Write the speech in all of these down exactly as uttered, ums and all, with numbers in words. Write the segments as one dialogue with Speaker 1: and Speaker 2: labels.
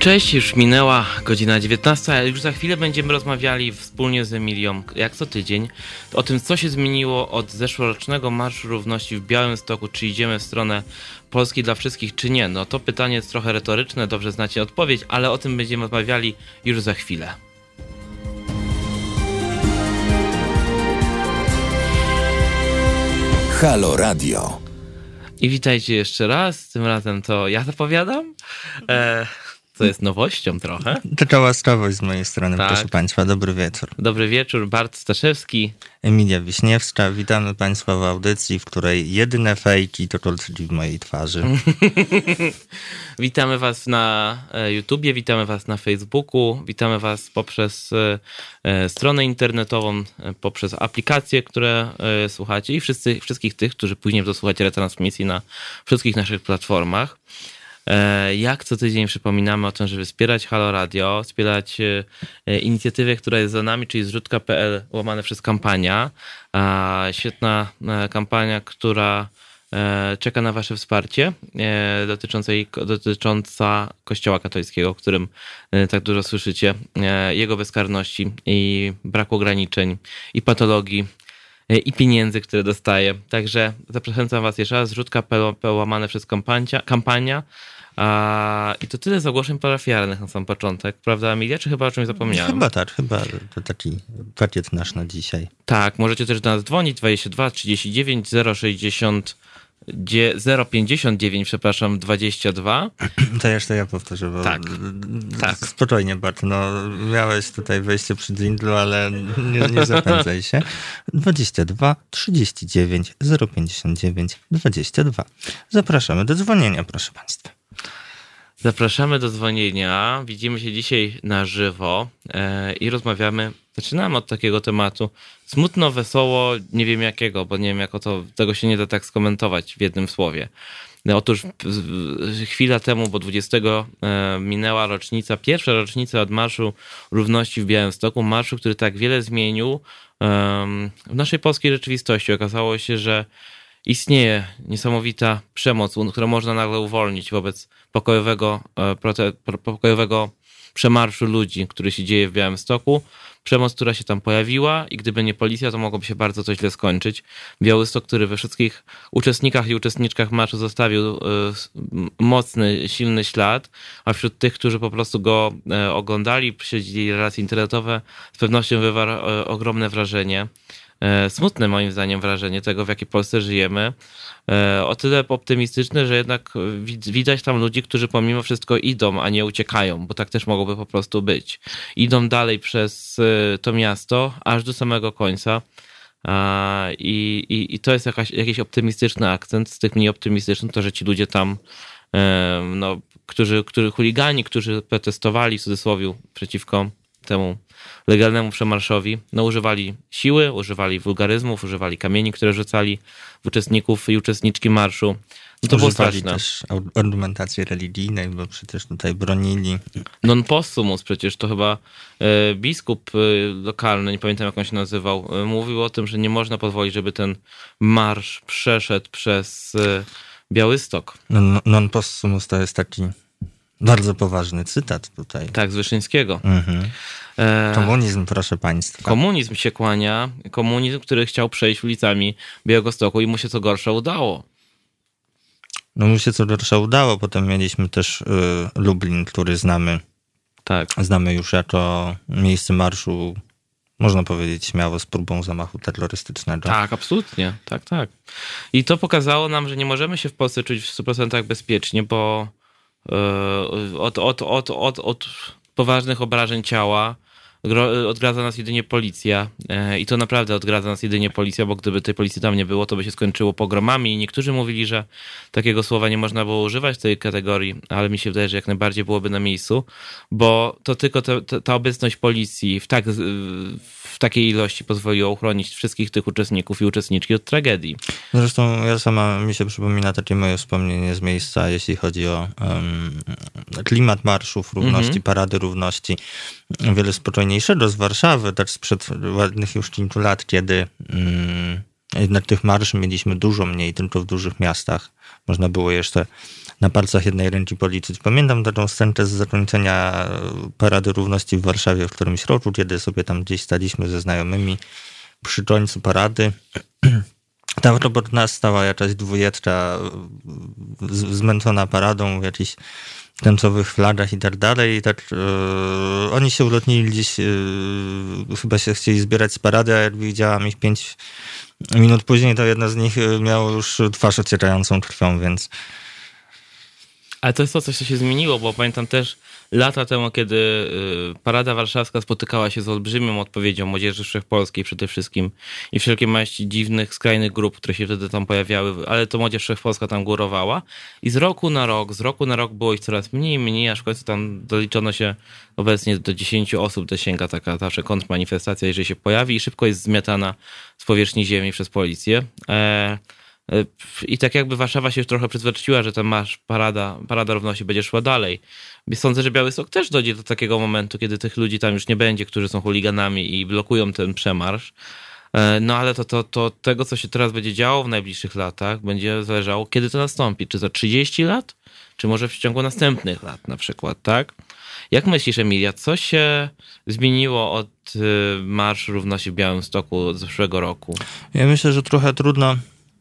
Speaker 1: Cześć, już minęła godzina dziewiętnasta, a już za chwilę będziemy rozmawiali wspólnie z Emilią, jak co tydzień, o tym, co się zmieniło od zeszłorocznego Marszu Równości w Białymstoku, czy idziemy w stronę Polski dla wszystkich, czy nie. No to pytanie jest trochę retoryczne, dobrze znacie odpowiedź, ale o tym będziemy rozmawiali już za chwilę.
Speaker 2: Halo Radio.
Speaker 1: I witajcie jeszcze raz, tym razem to ja zapowiadam. E- Co jest nowością trochę.
Speaker 3: Taka łaskawość z mojej strony,
Speaker 1: tak.
Speaker 3: Proszę Państwa. Dobry wieczór.
Speaker 1: Dobry wieczór, Bart Staszewski.
Speaker 3: Emilia Wiśniewska. Witamy Państwa w audycji, w której jedyne fejki to kolczyki w mojej twarzy.
Speaker 1: Witamy Was na YouTubie, witamy Was na Facebooku, witamy Was poprzez stronę internetową, poprzez aplikacje, które słuchacie i wszyscy, wszystkich tych, którzy później będą słuchać retransmisji na wszystkich naszych platformach. Jak co tydzień przypominamy o tym, żeby wspierać Halo Radio, wspierać inicjatywę, która jest za nami, czyli zrzutka kropka p l łamane przez kampania. Świetna kampania, która czeka na wasze wsparcie dotyczące, dotycząca Kościoła katolickiego, o którym tak dużo słyszycie, jego bezkarności i braku ograniczeń i patologii i pieniędzy, które dostaje. Także zachęcam was jeszcze raz, zrzutka kropka p l łamane przez kampania, kampania. A, I to tyle z ogłoszeń parafialnych na sam początek, prawda, Emilia? Czy chyba o czymś zapomniałem?
Speaker 3: Chyba tak, chyba to taki pakiet nasz na dzisiaj.
Speaker 1: Tak, możecie też do nas dzwonić, dwadzieścia dwa trzydzieści dziewięć zero sześćdziesiąt zero pięćdziesiąt dziewięć, przepraszam, dwadzieścia dwa.
Speaker 3: To jeszcze ja powtórzę, bo
Speaker 1: tak, tak.
Speaker 3: Spokojnie, Bart, no miałeś tutaj wejście przy dżinglu, ale nie, nie zapędzaj się. dwadzieścia dwa trzydzieści dziewięć zero pięćdziesiąt dziewięć dwadzieścia dwa. Zapraszamy do dzwonienia, proszę Państwa.
Speaker 1: Zapraszamy do dzwonienia. Widzimy się dzisiaj na żywo e, i rozmawiamy. Zaczynamy od takiego tematu. Smutno, wesoło, nie wiem jakiego, bo nie wiem, jak to, tego się nie da tak skomentować w jednym słowie. No, otóż chwila temu, bo dwudziestego e, minęła rocznica, pierwsza rocznica od Marszu Równości w Białymstoku. Marszu, który tak wiele zmienił e, w naszej polskiej rzeczywistości. Okazało się, że istnieje niesamowita przemoc, którą można nagle uwolnić wobec pokojowego, prote, pokojowego przemarszu ludzi, który się dzieje w Białymstoku. Przemoc, która się tam pojawiła i gdyby nie policja, to mogłoby się bardzo to źle skończyć. Białystok, który we wszystkich uczestnikach i uczestniczkach marszu zostawił mocny, silny ślad, a wśród tych, którzy po prostu go oglądali, śledzili relacje internetowe, z pewnością wywarł ogromne wrażenie. Smutne moim zdaniem wrażenie tego, w jakiej Polsce żyjemy. O tyle optymistyczne, że jednak widać tam ludzi, którzy pomimo wszystko idą, a nie uciekają, bo tak też mogłoby po prostu być. Idą dalej przez to miasto, aż do samego końca. I, i, i to jest jakaś, jakiś optymistyczny akcent. Z tych mniej optymistycznych to, że ci ludzie tam, no, którzy, którzy chuligani, którzy protestowali w cudzysłowie przeciwko temu legalnemu przemarszowi, no używali siły, używali wulgaryzmów, używali kamieni, które rzucali w uczestników i uczestniczki marszu. No to było straszne.
Speaker 3: Też argumentacji religijnej, bo przecież tutaj bronili.
Speaker 1: Non possumus, przecież to chyba e, biskup e, lokalny, nie pamiętam jak on się nazywał, e, mówił o tym, że nie można pozwolić, żeby ten marsz przeszedł przez e, Białystok.
Speaker 3: Non, non possumus to jest taki bardzo poważny cytat tutaj.
Speaker 1: Tak, z Wyszyńskiego.
Speaker 3: Mhm. Komunizm, proszę Państwa.
Speaker 1: Komunizm się kłania. Komunizm, który chciał przejść ulicami Białegostoku i mu się co gorsza udało.
Speaker 3: No mu się co gorsza udało. Potem mieliśmy też y, Lublin, który znamy,
Speaker 1: tak.
Speaker 3: znamy już jako miejsce marszu, można powiedzieć śmiało, z próbą zamachu terrorystycznego.
Speaker 1: Tak, absolutnie. Tak, tak. I to pokazało nam, że nie możemy się w Polsce czuć w stu procentach bezpiecznie, bo Od, od, od, od, od poważnych obrażeń ciała odgradza nas jedynie policja i to naprawdę odgradza nas jedynie policja, bo gdyby tej policji tam nie było, to by się skończyło pogromami i niektórzy mówili, że takiego słowa nie można było używać w tej kategorii, ale mi się wydaje, że jak najbardziej byłoby na miejscu, bo to tylko te, te, ta obecność policji w, tak, w takiej ilości pozwoliła uchronić wszystkich tych uczestników i uczestniczki od tragedii.
Speaker 3: Zresztą ja sama, mi się przypomina takie moje wspomnienie z miejsca, jeśli chodzi o um, klimat marszów równości, mm-hmm. parady równości, wiele spokojniejszego z Warszawy, tak sprzed ładnych już kilku lat, kiedy um, Jednak tych marszy mieliśmy dużo mniej, tylko w dużych miastach. Można było jeszcze na palcach jednej ręki policzyć. Pamiętam taką scenkę z zakończenia Parady Równości w Warszawie w którymś roku, kiedy sobie tam gdzieś staliśmy ze znajomymi przy końcu parady. Tam obok nas stała jakaś dwójeczka zmęczona paradą w jakichś tęczowych flagach i tak dalej. I tak yy, oni się ulotnili gdzieś, yy, chyba się chcieli zbierać z parady, a jak widziałam ich pięć minut później, to jedna z nich miała już twarz ociekającą krwią, więc...
Speaker 1: Ale to jest to, coś, co się zmieniło, bo pamiętam też lata temu, kiedy Parada Warszawska spotykała się z olbrzymią odpowiedzią Młodzieży Wszechpolskiej przede wszystkim i wszelkie maści dziwnych, skrajnych grup, które się wtedy tam pojawiały, ale to Młodzież Wszechpolska tam górowała i z roku na rok, z roku na rok było ich coraz mniej, mniej, aż w końcu tam doliczono się obecnie do dziesięciu osób, dosięga taka zawsze kontrmanifestacja, jeżeli się pojawi i szybko jest zmiatana z powierzchni ziemi przez policję. E- I tak jakby Warszawa się już trochę przyzwyczaiła, że ta masz parada, parada równości będzie szła dalej. Sądzę, że Białystok też dojdzie do takiego momentu, kiedy tych ludzi tam już nie będzie, którzy są chuliganami i blokują ten przemarsz. No ale to, to, to tego, co się teraz będzie działo w najbliższych latach, będzie zależało, kiedy to nastąpi. Czy za trzydzieści lat? Czy może w ciągu następnych lat na przykład, tak? Jak myślisz, Emilia, co się zmieniło od Marszu Równości w Białymstoku z zeszłego roku?
Speaker 3: Ja myślę, że trochę trudno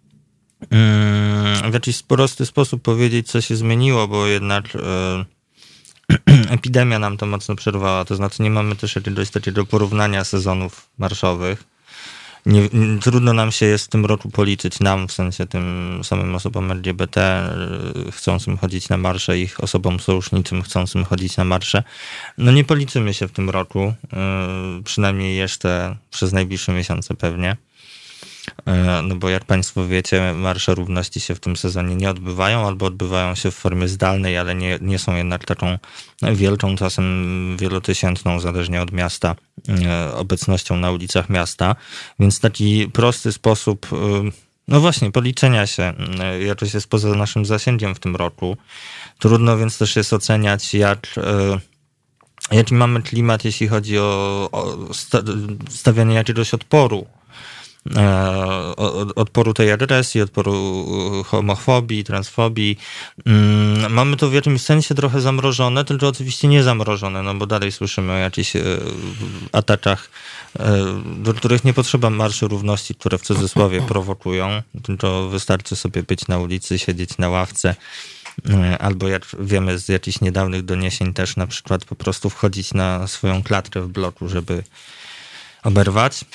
Speaker 3: w jakiś prosty sposób powiedzieć, co się zmieniło, bo jednak e, epidemia nam to mocno przerwała, to znaczy nie mamy też jakiegoś takiego porównania sezonów marszowych. Nie, nie, trudno nam się jest w tym roku policzyć, nam w sensie tym samym osobom L G B T e, chcącym chodzić na marsze, ich osobom sojuszniczym chcącym chodzić na marsze. No nie policzymy się w tym roku, e, przynajmniej jeszcze przez najbliższe miesiące pewnie. No bo jak Państwo wiecie, Marsze Równości się w tym sezonie nie odbywają albo odbywają się w formie zdalnej, ale nie, nie są jednak taką wielką, czasem wielotysięczną, zależnie od miasta, obecnością na ulicach miasta. Więc taki prosty sposób, no właśnie, policzenia się jakoś jest poza naszym zasięgiem w tym roku. Trudno więc też jest oceniać, jak... jaki mamy klimat, jeśli chodzi o, o stawianie jakiegoś odporu. Odporu tej agresji, odporu homofobii, transfobii. Mamy to w jakimś sensie trochę zamrożone, tylko oczywiście nie zamrożone, no bo dalej słyszymy o jakichś atakach, do których nie potrzeba Marszu Równości, które w cudzysłowie prowokują, tylko wystarczy sobie być na ulicy, siedzieć na ławce, albo jak wiemy z jakichś niedawnych doniesień też na przykład po prostu wchodzić na swoją klatkę w bloku, żeby oberwać.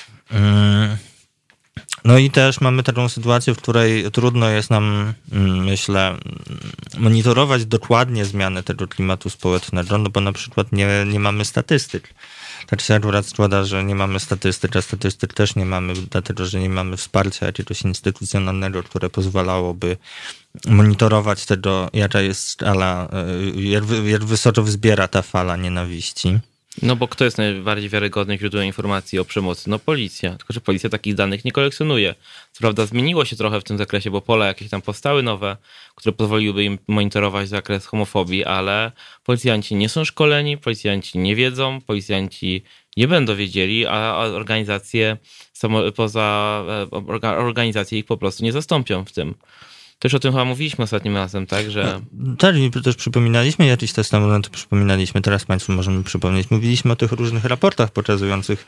Speaker 3: No i też mamy taką sytuację, w której trudno jest nam, myślę, monitorować dokładnie zmiany tego klimatu społecznego, no bo na przykład nie, nie mamy statystyk. Tak się akurat składa, że nie mamy statystyk, a statystyk też nie mamy, dlatego że nie mamy wsparcia jakiegoś instytucjonalnego, które pozwalałoby monitorować tego, jaka jest skala, jak, jak wysoko wzbiera ta fala nienawiści.
Speaker 1: No bo kto jest najbardziej wiarygodnym źródłem informacji o przemocy? No policja. Tylko że policja takich danych nie kolekcjonuje. Co prawda zmieniło się trochę w tym zakresie, bo pola jakieś tam powstały nowe, które pozwoliłyby im monitorować zakres homofobii, ale policjanci nie są szkoleni, policjanci nie wiedzą, policjanci nie będą wiedzieli, a organizacje samo, poza organizacje ich po prostu nie zastąpią w tym. Też o tym chyba mówiliśmy ostatnim razem, tak? Że...
Speaker 3: Tak, też przypominaliśmy jakiś testament, przypominaliśmy, teraz Państwu możemy przypomnieć. Mówiliśmy o tych różnych raportach pokazujących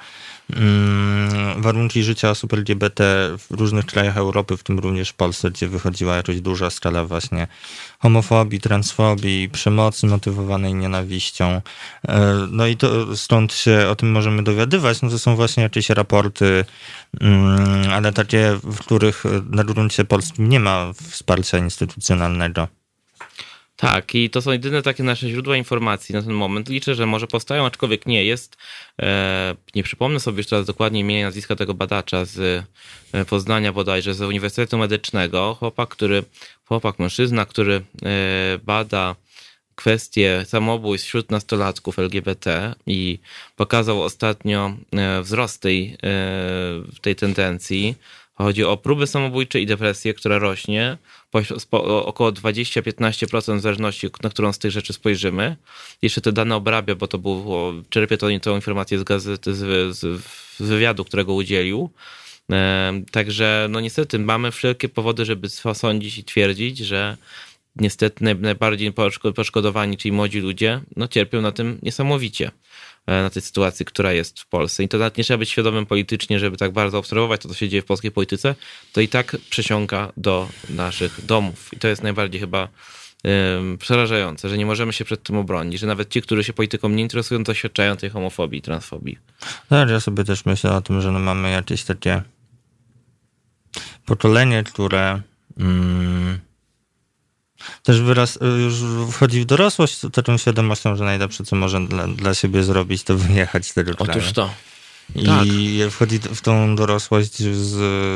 Speaker 3: mm, warunki życia osób L G B T w różnych krajach Europy, w tym również w Polsce, gdzie wychodziła jakaś duża skala właśnie homofobii, transfobii, przemocy motywowanej nienawiścią. No i to stąd się o tym możemy dowiadywać. No to są właśnie jakieś raporty, mm, ale takie, w których na gruncie polskim nie ma wsparcia instytucjonalnego.
Speaker 1: Tak, i to są jedyne takie nasze źródła informacji na ten moment. Liczę, że może powstają, aczkolwiek nie jest. E, nie przypomnę sobie już teraz dokładnie imienia i nazwiska tego badacza z Poznania bodajże, z Uniwersytetu Medycznego. Chłopak, który, chłopak, mężczyzna, który e, bada kwestie samobójstw wśród nastolatków L G B T i pokazał ostatnio e, wzrost tej, e, tej tendencji. Chodzi o próby samobójcze i depresję, która rośnie po około dwadzieścia do piętnastu procent w zależności, na którą z tych rzeczy spojrzymy. Jeszcze te dane obrabia, bo to było, czerpię to, tę informację z gazety, z, z, z wywiadu, którego udzielił. Także no niestety mamy wszelkie powody, żeby sądzić i twierdzić, że niestety najbardziej poszkodowani, czyli młodzi ludzie, no cierpią na tym niesamowicie, na tej sytuacji, która jest w Polsce. I to nawet nie trzeba być świadomym politycznie, żeby tak bardzo obserwować to, co się dzieje w polskiej polityce, to i tak przesiąka do naszych domów. I to jest najbardziej chyba um, przerażające, że nie możemy się przed tym obronić, że nawet ci, którzy się polityką nie interesują, doświadczają tej homofobii i transfobii.
Speaker 3: No, ja sobie też myślę o tym, że no mamy jakieś takie pokolenie, które mm, też wyraz, już wchodzi w dorosłość z taką świadomością, że najlepsze, co może dla, dla siebie zrobić, to wyjechać z tego kraju.
Speaker 1: Otóż to.
Speaker 3: I
Speaker 1: tak.
Speaker 3: wchodzi w tą dorosłość z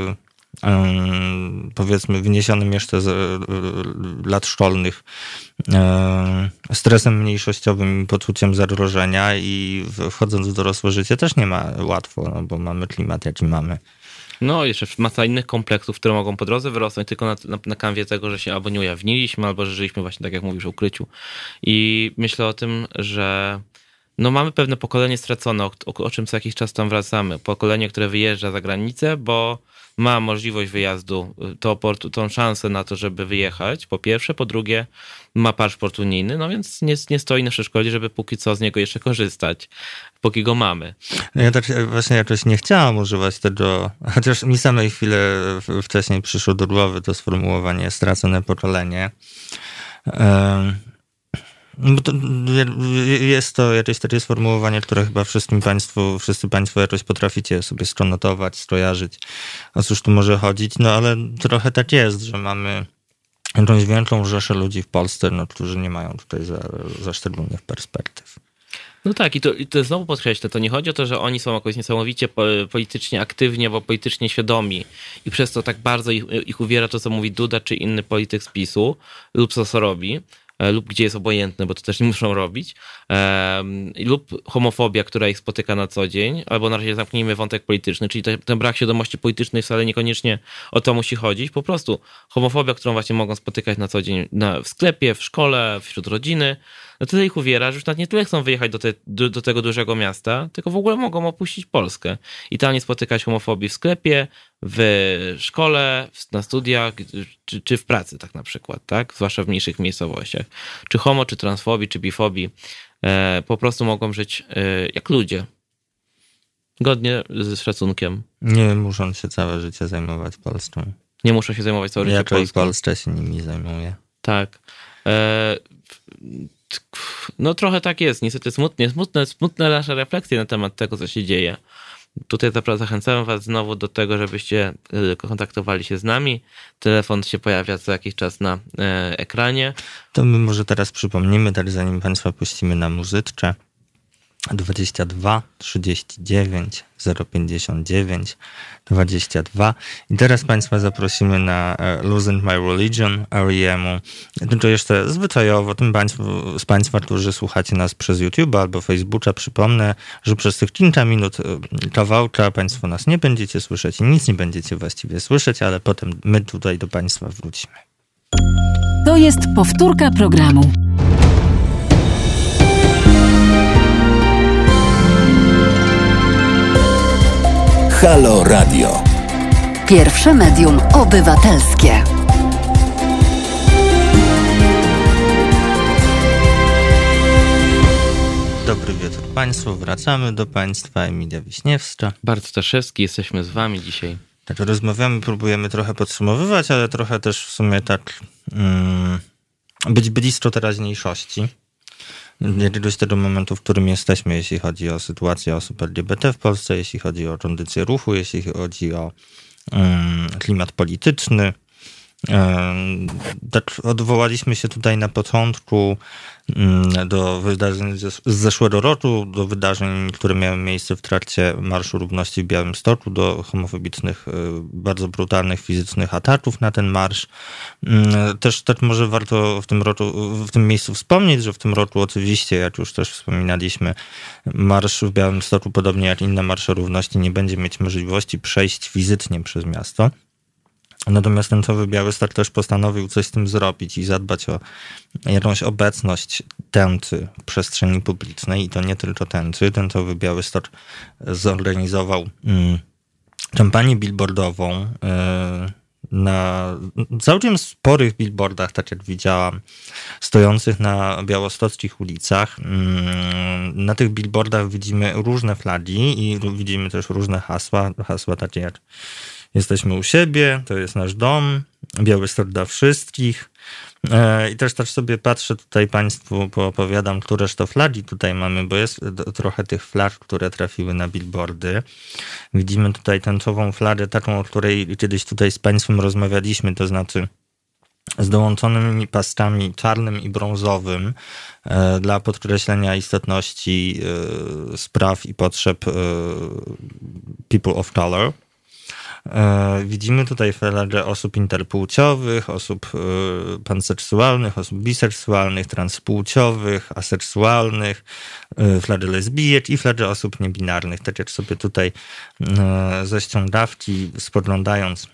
Speaker 3: um, powiedzmy wyniesionym jeszcze z um, lat szkolnych um, stresem mniejszościowym i poczuciem zagrożenia i wchodząc w dorosłe życie też nie ma łatwo, no, bo mamy klimat, jaki mamy.
Speaker 1: No, jeszcze masa innych kompleksów, które mogą po drodze wyrosnąć tylko na, na, na kanwie tego, że się albo nie ujawniliśmy, albo że żyliśmy właśnie tak, jak mówisz, w ukryciu. I myślę o tym, że no mamy pewne pokolenie stracone, o, o, o czym co jakiś czas tam wracamy. Pokolenie, które wyjeżdża za granicę, bo ma możliwość wyjazdu, to, tą szansę na to, żeby wyjechać, po pierwsze. Po drugie, ma paszport unijny, no więc nie, nie stoi na przeszkodzie, żeby póki co z niego jeszcze korzystać, póki go mamy.
Speaker 3: Ja tak właśnie jakoś nie chciałam używać tego, chociaż mi samej chwilę wcześniej przyszło do głowy to sformułowanie stracone pokolenie. Um, Bo to jest to jakieś takie sformułowanie, które chyba wszystkim państwu, wszyscy państwo jakoś potraficie sobie skonotować, skojarzyć, o cóż tu może chodzić, no ale trochę tak jest, że mamy jakąś większą rzeszę ludzi w Polsce, no, którzy nie mają tutaj za, za szczególnych perspektyw.
Speaker 1: No tak, i to, i to znowu podkreślę, to nie chodzi o to, że oni są jakoś niesamowicie politycznie aktywni albo politycznie świadomi i przez to tak bardzo ich, ich uwiera to, co mówi Duda czy inny polityk z PiSu lub co, co robi, lub gdzie jest obojętny, bo to też nie muszą robić, um, lub homofobia, która ich spotyka na co dzień, albo na razie zamknijmy wątek polityczny, czyli ten, ten brak świadomości politycznej wcale niekoniecznie o to musi chodzić, po prostu homofobia, którą właśnie mogą spotykać na co dzień na, w sklepie, w szkole, wśród rodziny, no tyle ich uwiera, że już nawet nie tyle chcą wyjechać do, te, do, do tego dużego miasta, tylko w ogóle mogą opuścić Polskę i tam nie spotykać homofobii w sklepie, w szkole, na studiach, czy, czy w pracy tak na przykład, tak? Zwłaszcza w mniejszych miejscowościach. Czy homo, czy transfobii, czy bifobii e, po prostu mogą żyć e, jak ludzie. Godnie, z szacunkiem.
Speaker 3: Nie muszą się całe życie zajmować Polską.
Speaker 1: Nie muszą się zajmować całe życie
Speaker 3: Polską.
Speaker 1: Polską.
Speaker 3: Ja Polsce się nimi zajmuje.
Speaker 1: Tak. E, no trochę tak jest. Niestety smutnie, smutne, smutne nasze refleksje na temat tego, co się dzieje. Tutaj zachęcamy was znowu do tego, żebyście kontaktowali się z nami. Telefon się pojawia co jakiś czas na e, ekranie.
Speaker 3: To my może teraz przypomnimy, tak zanim państwa puścimy na muzyczkę. dwadzieścia dwa trzydzieści dziewięć zero pięćdziesiąt dziewięć dwadzieścia dwa. I teraz państwa zaprosimy na Losing My Religion R E M. Tylko jeszcze zwyczajowo tym państwu, z państwa, którzy słuchacie nas przez YouTube albo Facebooka, przypomnę, że przez tych kilka minut kawałka państwo nas nie będziecie słyszeć i nic nie będziecie właściwie słyszeć, ale potem my tutaj do państwa wrócimy.
Speaker 2: To jest powtórka programu.
Speaker 4: Halo Radio.
Speaker 2: Pierwsze medium obywatelskie.
Speaker 3: Dobry wieczór państwu, wracamy do państwa. Emilia Wiśniewska.
Speaker 1: Bart Staszewski, jesteśmy z wami dzisiaj.
Speaker 3: Tak, rozmawiamy, próbujemy trochę podsumowywać, ale trochę też w sumie tak um, być blisko teraźniejszości. Jakiegoś tego momentu, w którym jesteśmy, jeśli chodzi o sytuację osób L G B T w Polsce, jeśli chodzi o kondycję ruchu, jeśli chodzi o um, klimat polityczny. Um, tak odwołaliśmy się tutaj na początku um, do wydarzeń z zeszłego roku, do wydarzeń, które miały miejsce w trakcie Marszu Równości w Białymstoku, do homofobicznych, bardzo brutalnych fizycznych ataków na ten marsz. Um, też tak może warto w tym roku, w tym miejscu wspomnieć, że w tym roku oczywiście, jak już też wspominaliśmy, Marsz w Białymstoku, podobnie jak inne Marsze Równości, nie będzie mieć możliwości przejść fizycznie przez miasto. Natomiast tęczowy Białystok też postanowił coś z tym zrobić i zadbać o jakąś obecność tęczy w przestrzeni publicznej i to nie tylko tęczy. Tęczowy Białystok zorganizował mm, kampanię billboardową na całkiem sporych billboardach, tak jak widziałam, stojących na białostockich ulicach. Na tych billboardach widzimy różne flagi i widzimy też różne hasła, hasła takie jak jesteśmy u siebie, to jest nasz dom, Białystok dla wszystkich. I też tak sobie patrzę tutaj Państwu, poopowiadam, któreż to flagi tutaj mamy, bo jest trochę tych flag, które trafiły na billboardy. Widzimy tutaj tęczową flagę, taką, o której kiedyś tutaj z Państwem rozmawialiśmy, to znaczy z dołączonymi paskami czarnym i brązowym e, dla podkreślenia istotności e, spraw i potrzeb e, people of color. Widzimy tutaj flagę osób interpłciowych, osób panseksualnych, osób biseksualnych, transpłciowych, aseksualnych, flagę lesbijek i flagę osób niebinarnych. Tak jak sobie tutaj ze ściągawki spoglądając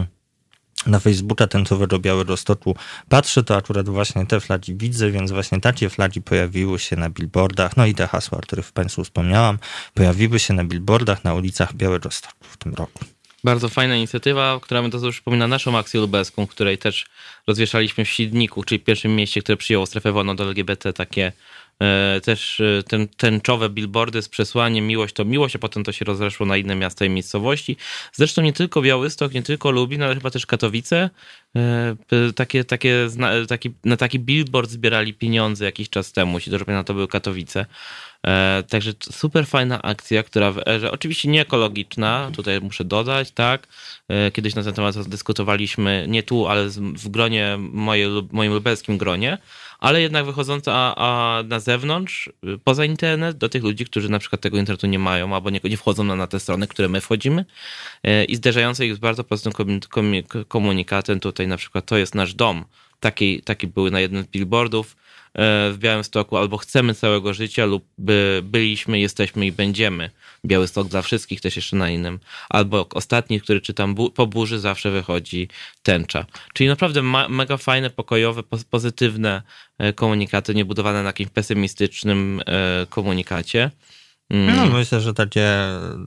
Speaker 3: na Facebooka tęczowego Białegostoku patrzę, to akurat właśnie te flagi widzę, więc właśnie takie flagi pojawiły się na billboardach, no i te hasła, o których Państwu wspomniałam, pojawiły się na billboardach na ulicach Białegostoku w tym roku.
Speaker 1: Bardzo fajna inicjatywa, która mi to już przypomina naszą akcję lubelską, której też rozwieszaliśmy w Świdniku, czyli w pierwszym mieście, które przyjęło strefę wolną do L G B T, takie e, też e, ten, tęczowe billboardy z przesłaniem miłość to miłość, a potem to się rozeszło na inne miasta i miejscowości. Zresztą nie tylko Białystok, nie tylko Lubin, ale chyba też Katowice. E, takie, takie, taki, na taki billboard zbierali pieniądze jakiś czas temu, jeśli dobrze pamiętam, to były Katowice. E, także super fajna akcja, która w erze, oczywiście nie ekologiczna, tutaj muszę dodać, tak, e, kiedyś na ten temat dyskutowaliśmy, nie tu, ale w gronie, moje, moim lubelskim gronie, ale jednak wychodząca a, a na zewnątrz, poza internet, do tych ludzi, którzy na przykład tego internetu nie mają, albo nie, nie wchodzą na, na te strony, które my wchodzimy e, i zderzające ich z bardzo prostym komunikatem, tutaj na przykład to jest nasz dom, taki, taki były na jednym z billboardów w Białymstoku, albo chcemy całego życia, lub by byliśmy, jesteśmy i będziemy. Białystok dla wszystkich, też jeszcze na innym. Albo ostatni, który czytam, bu- po burzy zawsze wychodzi tęcza. Czyli naprawdę ma- mega fajne, pokojowe, po- pozytywne komunikaty, niebudowane na jakimś pesymistycznym e, komunikacie. Mm.
Speaker 3: No myślę, że takie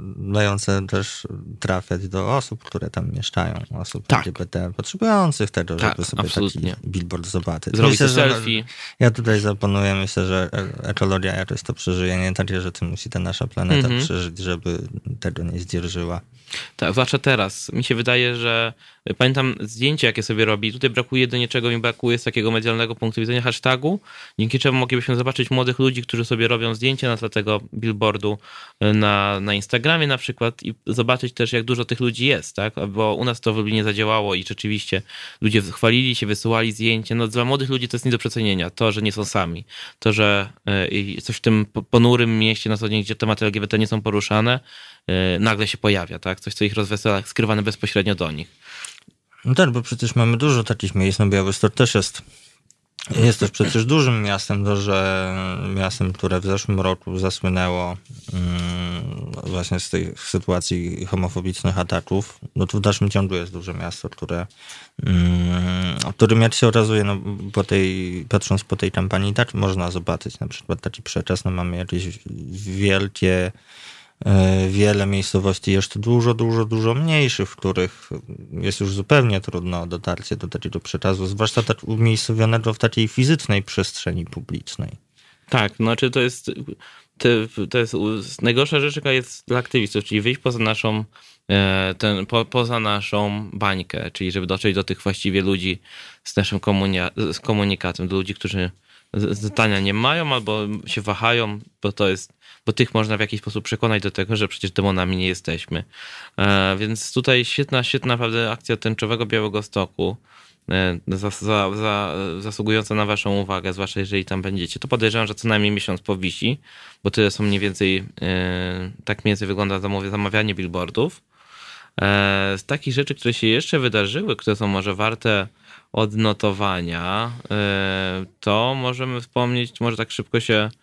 Speaker 3: dające też trafiać do osób, które tam mieszkają, osób
Speaker 1: tak.
Speaker 3: L G B T potrzebujących tego,
Speaker 1: tak,
Speaker 3: żeby sobie
Speaker 1: absolutnie.
Speaker 3: taki billboard zobaczyć.
Speaker 1: Zrobić
Speaker 3: myślę,
Speaker 1: selfie.
Speaker 3: Ja tutaj zaponuję, myślę, że ekologia jakoś to przeżyje, nie takie rzeczy musi ta nasza planeta mm-hmm. przeżyć, żeby tego nie zdzierżyła.
Speaker 1: Tak, zwłaszcza teraz. Mi się wydaje, że pamiętam zdjęcia, jakie sobie robi. Tutaj brakuje jedynie czego mi brakuje z takiego medialnego punktu widzenia hashtagu, dzięki czemu moglibyśmy zobaczyć młodych ludzi, którzy sobie robią zdjęcia na tle tego billboardu na, na Instagramie na przykład i zobaczyć też, jak dużo tych ludzi jest, tak? Bo u nas to w Lublinie zadziałało i rzeczywiście ludzie chwalili się, wysyłali zdjęcia. No dla młodych ludzi to jest nie do przecenienia. To, że nie są sami. To, że y, coś w tym ponurym mieście na co dzień, gdzie tematy L G B T nie są poruszane, y, nagle się pojawia, tak? Coś, co ich rozwesela, skierowane bezpośrednio do nich.
Speaker 3: No tak, bo przecież mamy dużo takich miejsc, no Białystok też jest, jest też przecież dużym miastem, to, że miastem, które w zeszłym roku zasłynęło um, właśnie z tych sytuacji homofobicznych ataków, no to w dalszym ciągu jest duże miasto, które, um, którym jak się okazuje, no po tej, patrząc po tej kampanii, tak można zobaczyć na przykład taki przekaz, no mamy jakieś wielkie wiele miejscowości jeszcze dużo, dużo, dużo mniejszych, w których jest już zupełnie trudno o dotarcie do takiego przekazu, zwłaszcza tak umiejscowionego w takiej fizycznej przestrzeni publicznej.
Speaker 1: Tak, znaczy to jest, to, to jest najgorsza rzecz, jaka jest dla aktywistów, czyli wyjść poza naszą, ten, po, poza naszą bańkę, czyli żeby dotrzeć do tych właściwie ludzi z naszym komunia, z komunikatem, do ludzi, którzy zdania nie mają albo się wahają, bo to jest bo tych można w jakiś sposób przekonać do tego, że przecież demonami nie jesteśmy. E, więc tutaj świetna, świetna naprawdę akcja tęczowego Białegostoku, e, za, za, za, zasługująca na waszą uwagę, zwłaszcza jeżeli tam będziecie. To podejrzewam, że co najmniej miesiąc powisi, bo tyle są mniej więcej, e, tak mniej więcej wygląda zamawianie billboardów. E, z takich rzeczy, które się jeszcze wydarzyły, które są może warte odnotowania, e, to możemy wspomnieć, może tak szybko się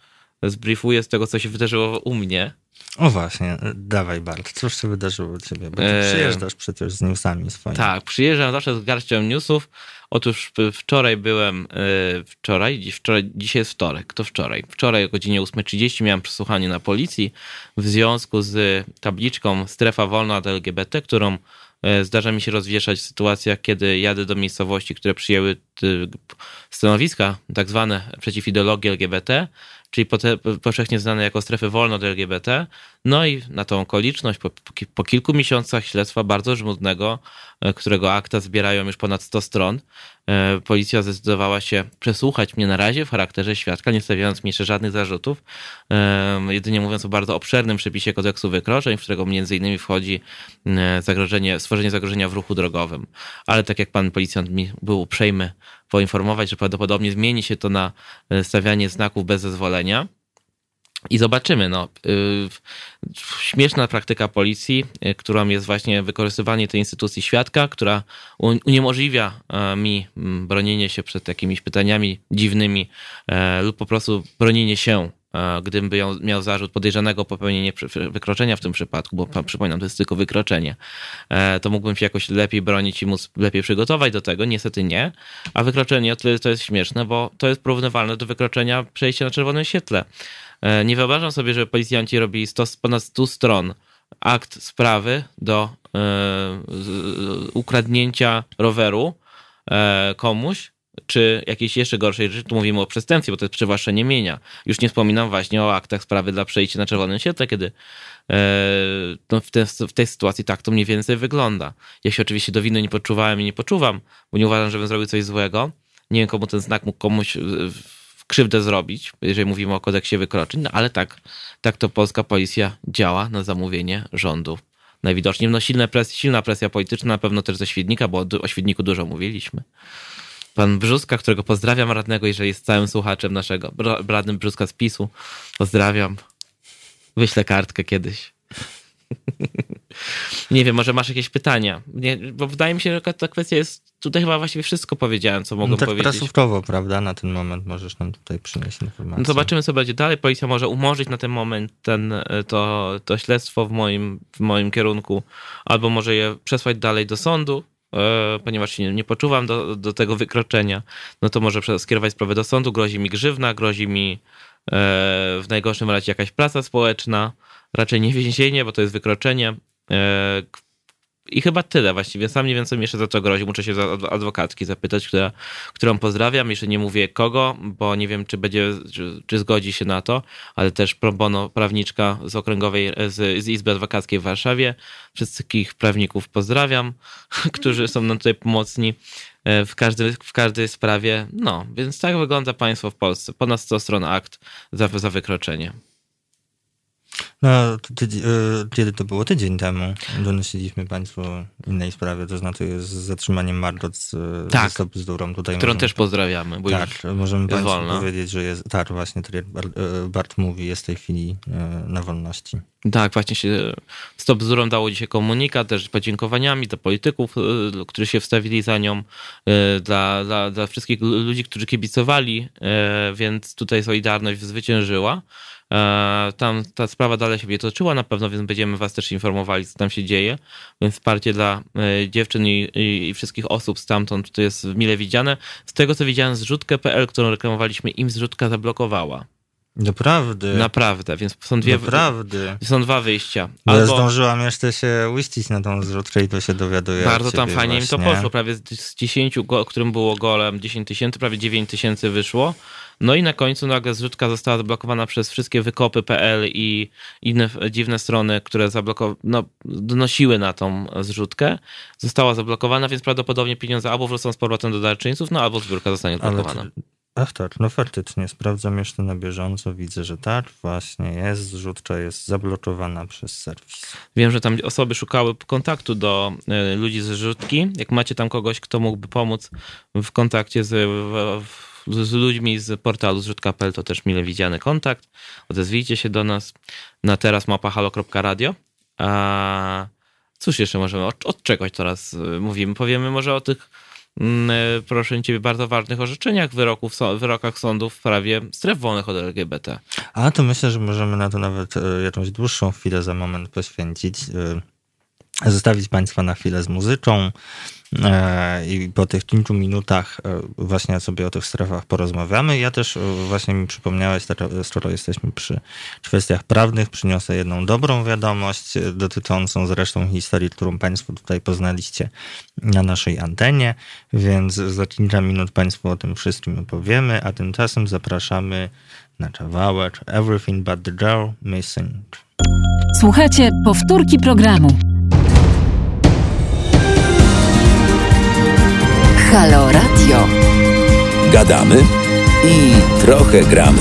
Speaker 1: zbriefuję z tego, co się wydarzyło u mnie.
Speaker 3: O właśnie, dawaj Bart, cóż się wydarzyło u ciebie? Bo ty
Speaker 1: Eee,
Speaker 3: przyjeżdżasz przecież z newsami swoimi.
Speaker 1: Tak, przyjeżdżam zawsze z garścią newsów. Otóż wczoraj byłem, wczoraj, wczoraj, dzisiaj jest wtorek, to wczoraj. Wczoraj o godzinie ósma trzydzieści miałem przesłuchanie na policji w związku z tabliczką strefa wolna od L G B T, którą zdarza mi się rozwieszać w sytuacjach, kiedy jadę do miejscowości, które przyjęły stanowiska tak zwane przeciw ideologii L G B T, czyli powszechnie znane jako strefy wolne od L G B T. No i na tą okoliczność po, po kilku miesiącach śledztwa bardzo żmudnego, którego akta zbierają już ponad sto stron, policja zdecydowała się przesłuchać mnie na razie w charakterze świadka, nie stawiając mi jeszcze żadnych zarzutów, jedynie mówiąc o bardzo obszernym przepisie kodeksu wykroczeń, w którego między innymi wchodzi zagrożenie, stworzenie zagrożenia w ruchu drogowym. Ale tak jak pan policjant mi był uprzejmy poinformować, że prawdopodobnie zmieni się to na stawianie znaków bez zezwolenia. I zobaczymy, no, yy, śmieszna praktyka policji, yy, którą jest właśnie wykorzystywanie tej instytucji świadka, która uniemożliwia yy, mi yy, bronienie się przed jakimiś pytaniami dziwnymi yy, lub po prostu bronienie się, yy, gdybym ją, miał zarzut podejrzanego o popełnienie wykroczenia w tym przypadku, bo przypominam, to jest tylko wykroczenie, yy, to mógłbym się jakoś lepiej bronić i móc lepiej przygotować do tego, niestety nie, a wykroczenie to, to jest śmieszne, bo to jest porównywalne do wykroczenia przejścia na czerwonym świetle. Nie wyobrażam sobie, że policjanci robili sto, ponad stu stron akt sprawy do e, ukradnięcia roweru e, komuś, czy jakiejś jeszcze gorszej rzeczy. Tu mówimy o przestępstwie, bo to jest przywłaszczenie mienia. Już nie wspominam właśnie o aktach sprawy dla przejścia na czerwonym świetle, kiedy e, no w, te, w tej sytuacji tak to mniej więcej wygląda. Ja się oczywiście do winy nie poczuwałem i nie poczuwam, bo nie uważam, żebym zrobił coś złego. Nie wiem, komu ten znak mógł komuś krzywdę zrobić, jeżeli mówimy o kodeksie wykroczeń, no ale tak, tak to polska policja działa na zamówienie rządu. Najwidoczniej no, silna, presja, silna presja polityczna, na pewno też ze Świdnika, bo o Świdniku dużo mówiliśmy. Pan Brzóska, którego pozdrawiam radnego, jeżeli jest całym słuchaczem naszego, radnym Brzóska z PiSu, pozdrawiam. Wyślę kartkę kiedyś. Nie wiem, może masz jakieś pytania? Nie, bo wydaje mi się, że ta kwestia jest... Tutaj chyba właściwie wszystko powiedziałem, co mogłem
Speaker 3: no tak
Speaker 1: powiedzieć.
Speaker 3: prasówkowo, prawda? Na ten moment możesz nam tutaj przynieść informacje.
Speaker 1: No zobaczymy, co będzie dalej. Policja może umorzyć na ten moment ten, to, to śledztwo w moim, w moim kierunku, albo może je przesłać dalej do sądu, e, ponieważ się nie, nie poczuwam do, do tego wykroczenia. No to może skierować sprawę do sądu. Grozi mi grzywna, grozi mi e, w najgorszym razie jakaś praca społeczna, raczej nie więzienie, bo to jest wykroczenie. E, I chyba tyle właściwie. Sam nie wiem, co mi jeszcze za to grozi. Muszę się za adwokatki zapytać, która, którą pozdrawiam. Jeszcze nie mówię kogo, bo nie wiem, czy będzie, czy, czy zgodzi się na to, ale też pro bono prawniczka z okręgowej, z, z Izby Adwokackiej w Warszawie. Wszystkich prawników pozdrawiam, którzy są nam tutaj pomocni w każdej, w każdej sprawie. No, więc tak wygląda państwo w Polsce. Ponad sto stron akt za, za wykroczenie.
Speaker 3: No, tydzi- kiedy to było? Tydzień temu donosiliśmy państwu innej sprawie, to znaczy z zatrzymaniem Margot z,
Speaker 1: tak,
Speaker 3: ze Stop Bzdurą. Tutaj
Speaker 1: którą
Speaker 3: możemy,
Speaker 1: też pozdrawiamy, bo
Speaker 3: tak,
Speaker 1: już
Speaker 3: możemy państwu
Speaker 1: wolno.
Speaker 3: powiedzieć, że jest, tak, właśnie, tak jak Bart, Bart mówi, jest w tej chwili na wolności.
Speaker 1: Tak, właśnie się Stop Bzdurą dało dzisiaj komunikat też z podziękowaniami dla polityków, którzy się wstawili za nią, dla, dla, dla wszystkich ludzi, którzy kibicowali, więc tutaj Solidarność zwyciężyła. Tam ta sprawa dalej się będzie toczyła na pewno, więc będziemy was też informowali, co tam się dzieje. Więc wsparcie dla dziewczyn i, i, i wszystkich osób stamtąd to jest mile widziane. Z tego, co widziałem, zrzutkę kropka pe el, którą reklamowaliśmy, im zrzutka zablokowała.
Speaker 3: Naprawdę.
Speaker 1: Naprawdę, więc są dwie,
Speaker 3: Naprawdę.
Speaker 1: są dwa wyjścia.
Speaker 3: Albo... Ja
Speaker 1: Albo...
Speaker 3: zdążyłam jeszcze się uścić na tą zrzutkę i to się dowiaduję.
Speaker 1: Bardzo tam fajnie
Speaker 3: właśnie.
Speaker 1: im to poszło. Prawie z dziesięciu, o którym było golem dziesięć tysięcy, prawie dziewięć tysięcy wyszło. No i na końcu nagle zrzutka została zablokowana przez wszystkie wykopy kropka pe el i inne dziwne strony, które zablokowały, no, donosiły na tą zrzutkę. Została zablokowana, więc prawdopodobnie pieniądze albo wrócą z powrotem do darczyńców, no albo zbiórka zostanie odblokowana.
Speaker 3: Ale to... Ach tak, no faktycznie, sprawdzam jeszcze na bieżąco, widzę, że tak, właśnie jest, zrzutka jest zablokowana przez serwis.
Speaker 1: Wiem, że tam osoby szukały kontaktu do y, ludzi z zrzutki. Jak macie tam kogoś, kto mógłby pomóc w kontakcie z, w, z ludźmi z portalu zrzutka kropka pe el, to też mile widziany kontakt. Odezwijcie się do nas na teraz małpa halo kropka radio. A cóż jeszcze możemy od, od czegoś teraz mówimy? Powiemy może o tych proszę ciebie, bardzo ważnych orzeczeniach, wyroków, wyrokach sądów w sprawie stref wolnych od L G B T.
Speaker 3: A to myślę, że możemy na to nawet jakąś dłuższą chwilę za moment poświęcić. Zostawić Państwa na chwilę z muzyczą i po tych kilku minutach właśnie sobie o tych strefach porozmawiamy. Ja też właśnie mi przypomniałeś, skoro jesteśmy przy kwestiach prawnych, przyniosę jedną dobrą wiadomość dotyczącą zresztą historii, którą Państwo tutaj poznaliście na naszej antenie, więc za kilka minut Państwu o tym wszystkim opowiemy, a tymczasem zapraszamy na kawałek Everything But The Girl Missing.
Speaker 2: Słuchajcie powtórki programu. Halo Radio.
Speaker 4: Gadamy i trochę gramy.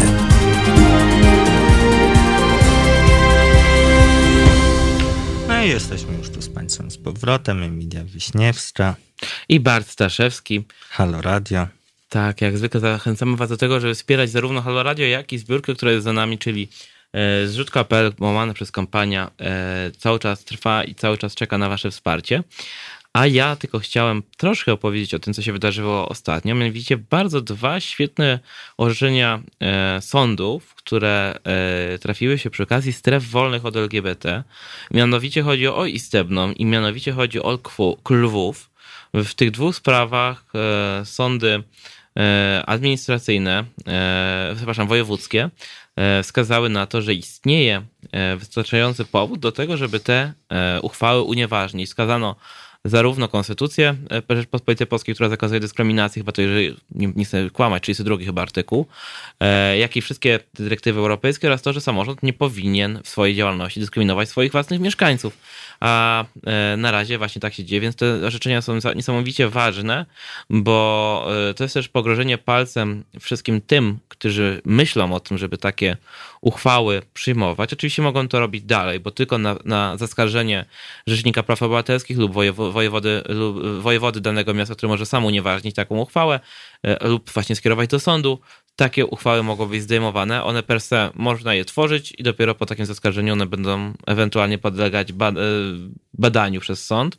Speaker 3: No i jesteśmy już tu z Państwem z powrotem. Emilia Wiśniewska
Speaker 1: i Bart Staszewski.
Speaker 3: Halo Radio.
Speaker 1: Tak, jak zwykle zachęcamy Was do tego, żeby wspierać zarówno Halo Radio, jak i zbiórkę, która jest za nami, czyli zrzutka kropka p l łamane przez Kompania cały czas trwa i cały czas czeka na Wasze wsparcie. A ja tylko chciałem troszkę opowiedzieć o tym, co się wydarzyło ostatnio. Mianowicie bardzo dwa świetne orzeczenia e, sądów, które e, trafiły się przy okazji stref wolnych od L G B T. Mianowicie chodzi o Istebną i mianowicie chodzi o Lwów. W tych dwóch sprawach e, sądy e, administracyjne, e, przepraszam, wojewódzkie e, wskazały na to, że istnieje e, wystarczający powód do tego, żeby te e, uchwały unieważnić. Wskazano zarówno Konstytucję Rzeczypospolitej Polskiej, która zakazuje dyskryminacji, chyba to jeżeli nie, nie chcę kłamać, trzydziesty drugi chyba artykuł, jak i wszystkie dyrektywy europejskie oraz to, że samorząd nie powinien w swojej działalności dyskryminować swoich własnych mieszkańców. A na razie właśnie tak się dzieje, więc te orzeczenia są niesamowicie ważne, bo to jest też pogrożenie palcem wszystkim tym, którzy myślą o tym, żeby takie uchwały przyjmować. Oczywiście mogą to robić dalej, bo tylko na, na zaskarżenie Rzecznika Praw Obywatelskich lub wojewody, lub wojewody danego miasta, który może sam unieważnić taką uchwałę lub właśnie skierować do sądu, takie uchwały mogą być zdejmowane. One per se można je tworzyć i dopiero po takim zaskarżeniu one będą ewentualnie podlegać badaniu przez sąd.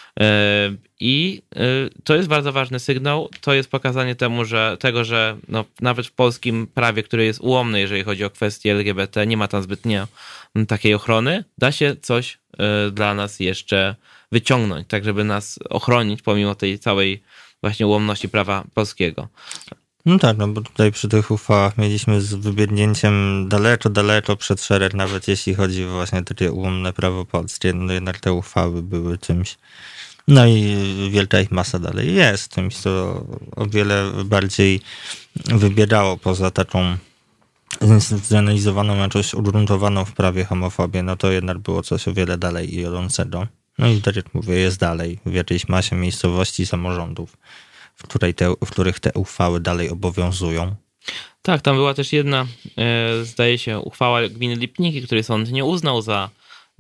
Speaker 1: I to jest bardzo ważny sygnał. To jest pokazanie temu, że tego, że no, nawet w polskim prawie, które jest ułomne, jeżeli chodzi o kwestie L G B T, nie ma tam zbytnio takiej ochrony, da się coś dla nas jeszcze wyciągnąć, tak żeby nas ochronić pomimo tej całej właśnie ułomności prawa polskiego.
Speaker 3: No tak, no bo tutaj przy tych uchwałach mieliśmy z wybiegnięciem daleko, daleko przed szereg, nawet jeśli chodzi o właśnie takie ułomne prawo polskie, no jednak te uchwały były czymś. No i wielka ich masa dalej jest czymś, co o wiele bardziej wybiegało poza taką zinstytucjonalizowaną, jakoś ugruntowaną w prawie homofobię, no to jednak było coś o wiele dalej idącego. No i tak jak mówię, jest dalej w jakiejś masie miejscowości samorządów, w, której te, w których te uchwały dalej obowiązują.
Speaker 1: Tak, tam była też jedna, e, zdaje się, uchwała gminy Lipniki, której sąd nie uznał za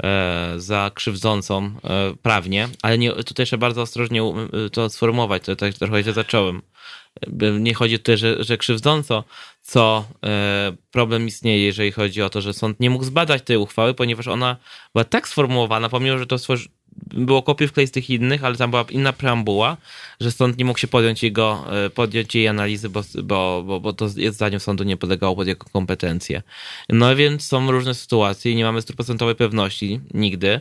Speaker 1: za krzywdzącą prawnie, ale nie, tutaj trzeba bardzo ostrożnie to sformułować, to tak trochę źle zacząłem. Nie chodzi tutaj, że, że krzywdząco, co problem istnieje, jeżeli chodzi o to, że sąd nie mógł zbadać tej uchwały, ponieważ ona była tak sformułowana, pomimo, że to stworzy, było kopiuj wklej z tych innych, ale tam była inna preambuła, że sąd nie mógł się podjąć jego, podjąć jej analizy, bo, bo, bo, bo to jest zdaniem sądu nie podlegało pod jego kompetencje. No więc są różne sytuacje i nie mamy stuprocentowej pewności nigdy,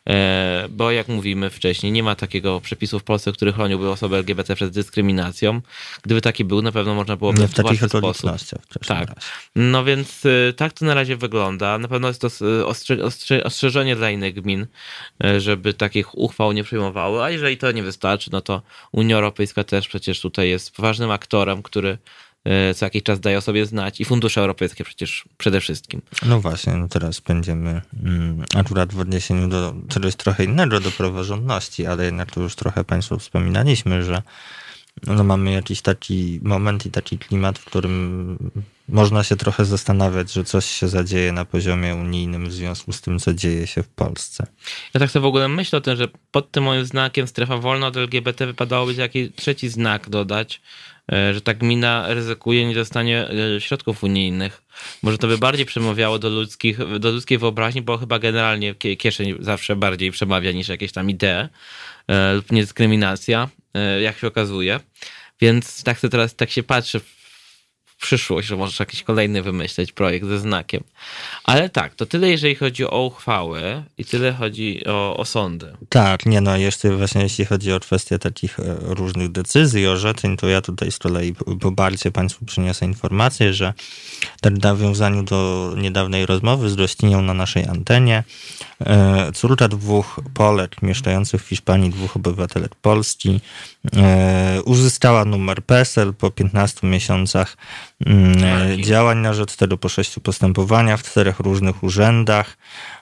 Speaker 1: bo jak mówimy wcześniej, nie ma takiego przepisu w Polsce, który chroniłby osoby L G B T przed dyskryminacją. Gdyby taki był, na pewno można byłoby
Speaker 3: nie w takich
Speaker 1: sposób. Tak. No więc tak to na razie wygląda. Na pewno jest to ostrze, ostrze, ostrzeżenie dla innych gmin, żeby takich uchwał nie przyjmowały, a jeżeli to nie wystarczy, no to Unia Europejska też przecież tutaj jest ważnym aktorem, który co jakiś czas daje o sobie znać i fundusze europejskie przecież przede wszystkim.
Speaker 3: No właśnie, no teraz będziemy mm, akurat w odniesieniu do czegoś trochę innego, do praworządności, ale jednak to już trochę Państwu wspominaliśmy, że no, mamy jakiś taki moment i taki klimat, w którym można się trochę zastanawiać, że coś się zadzieje na poziomie unijnym w związku z tym, co dzieje się w Polsce.
Speaker 1: Ja tak sobie w ogóle myślę o tym, że pod tym moim znakiem strefa wolna od L G B T wypadałoby jakiś trzeci znak dodać, że ta gmina ryzykuje nie dostanie środków unijnych. Może to by bardziej przemawiało do, ludzkich, do ludzkiej wyobraźni, bo chyba generalnie kieszeń zawsze bardziej przemawia niż jakieś tam idee lub niedyskryminacja. jak się okazuje. Więc tak to teraz tak się patrzy w przyszłość, że możesz jakiś kolejny wymyśleć projekt ze znakiem. Ale tak, to tyle jeżeli chodzi o uchwały i tyle chodzi o, o sądy.
Speaker 3: Tak, nie no, jeszcze właśnie jeśli chodzi o kwestię takich różnych decyzji, orzeczeń, to ja tutaj z kolei pobarcie Państwu przyniosę informację, że tak w nawiązaniu do niedawnej rozmowy z gościnią na naszej antenie, córka dwóch Polek mieszkających w Hiszpanii, dwóch obywatelek Polski, uzyskała numer P E S E L po piętnastu miesiącach
Speaker 1: Marki.
Speaker 3: działań na rzecz tego, po sześciu postępowaniach w czterech różnych urzędach.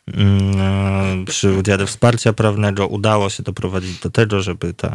Speaker 3: Przy udziale wsparcia prawnego udało się doprowadzić do tego, żeby ta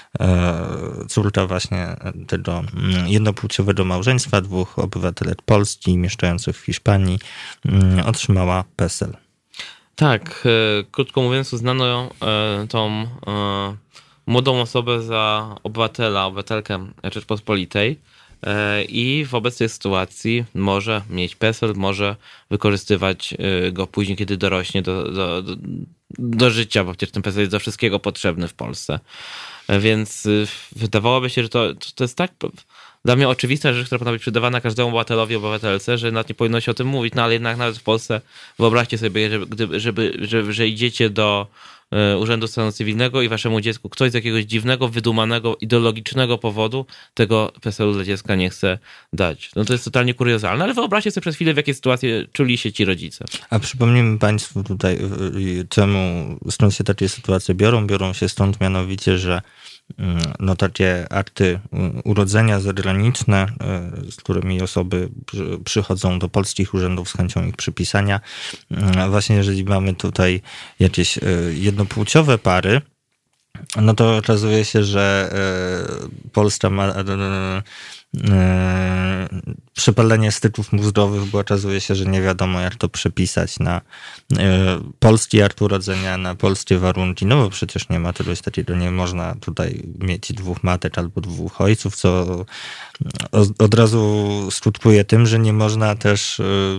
Speaker 3: córka właśnie tego jednopłciowego małżeństwa dwóch obywatelek Polski mieszkających w Hiszpanii otrzymała P E S E L.
Speaker 1: Tak, krótko mówiąc, uznano tą młodą osobę za obywatela, obywatelkę Rzeczpospolitej i w obecnej sytuacji może mieć P E S E L, może wykorzystywać go później, kiedy dorośnie do, do, do, do życia, bo przecież ten P E S E L jest do wszystkiego potrzebny w Polsce. Więc wydawałoby się, że to, to jest tak dla mnie oczywista rzecz, która powinna być przydawana każdemu obywatelowi, obywatelce, że nawet nie powinno się o tym mówić, no ale jednak nawet w Polsce wyobraźcie sobie, że, gdyby, żeby, że, że idziecie do Urzędu Stanu Cywilnego i waszemu dziecku ktoś z jakiegoś dziwnego, wydumanego, ideologicznego powodu tego P E S E L-u dla dziecka nie chce dać. No to jest totalnie kuriozalne, ale wyobraźcie sobie przez chwilę, w jakiej sytuacji czuli się ci rodzice.
Speaker 3: A przypomnijmy Państwu tutaj, czemu, skąd się takie sytuacje biorą. Biorą się stąd mianowicie, że no takie akty urodzenia zagraniczne, z którymi osoby przychodzą do polskich urzędów z chęcią ich przypisania. Właśnie jeżeli mamy tutaj jakieś jednopłciowe pary, no to okazuje się, że Polska ma przepalenie styków mózgowych, bo okazuje się, że nie wiadomo jak to przepisać na polski akt urodzenia, na polskie warunki, no bo przecież nie ma czegoś takiego, nie można tutaj mieć dwóch matek albo dwóch ojców, co od razu skutkuje tym, że nie można też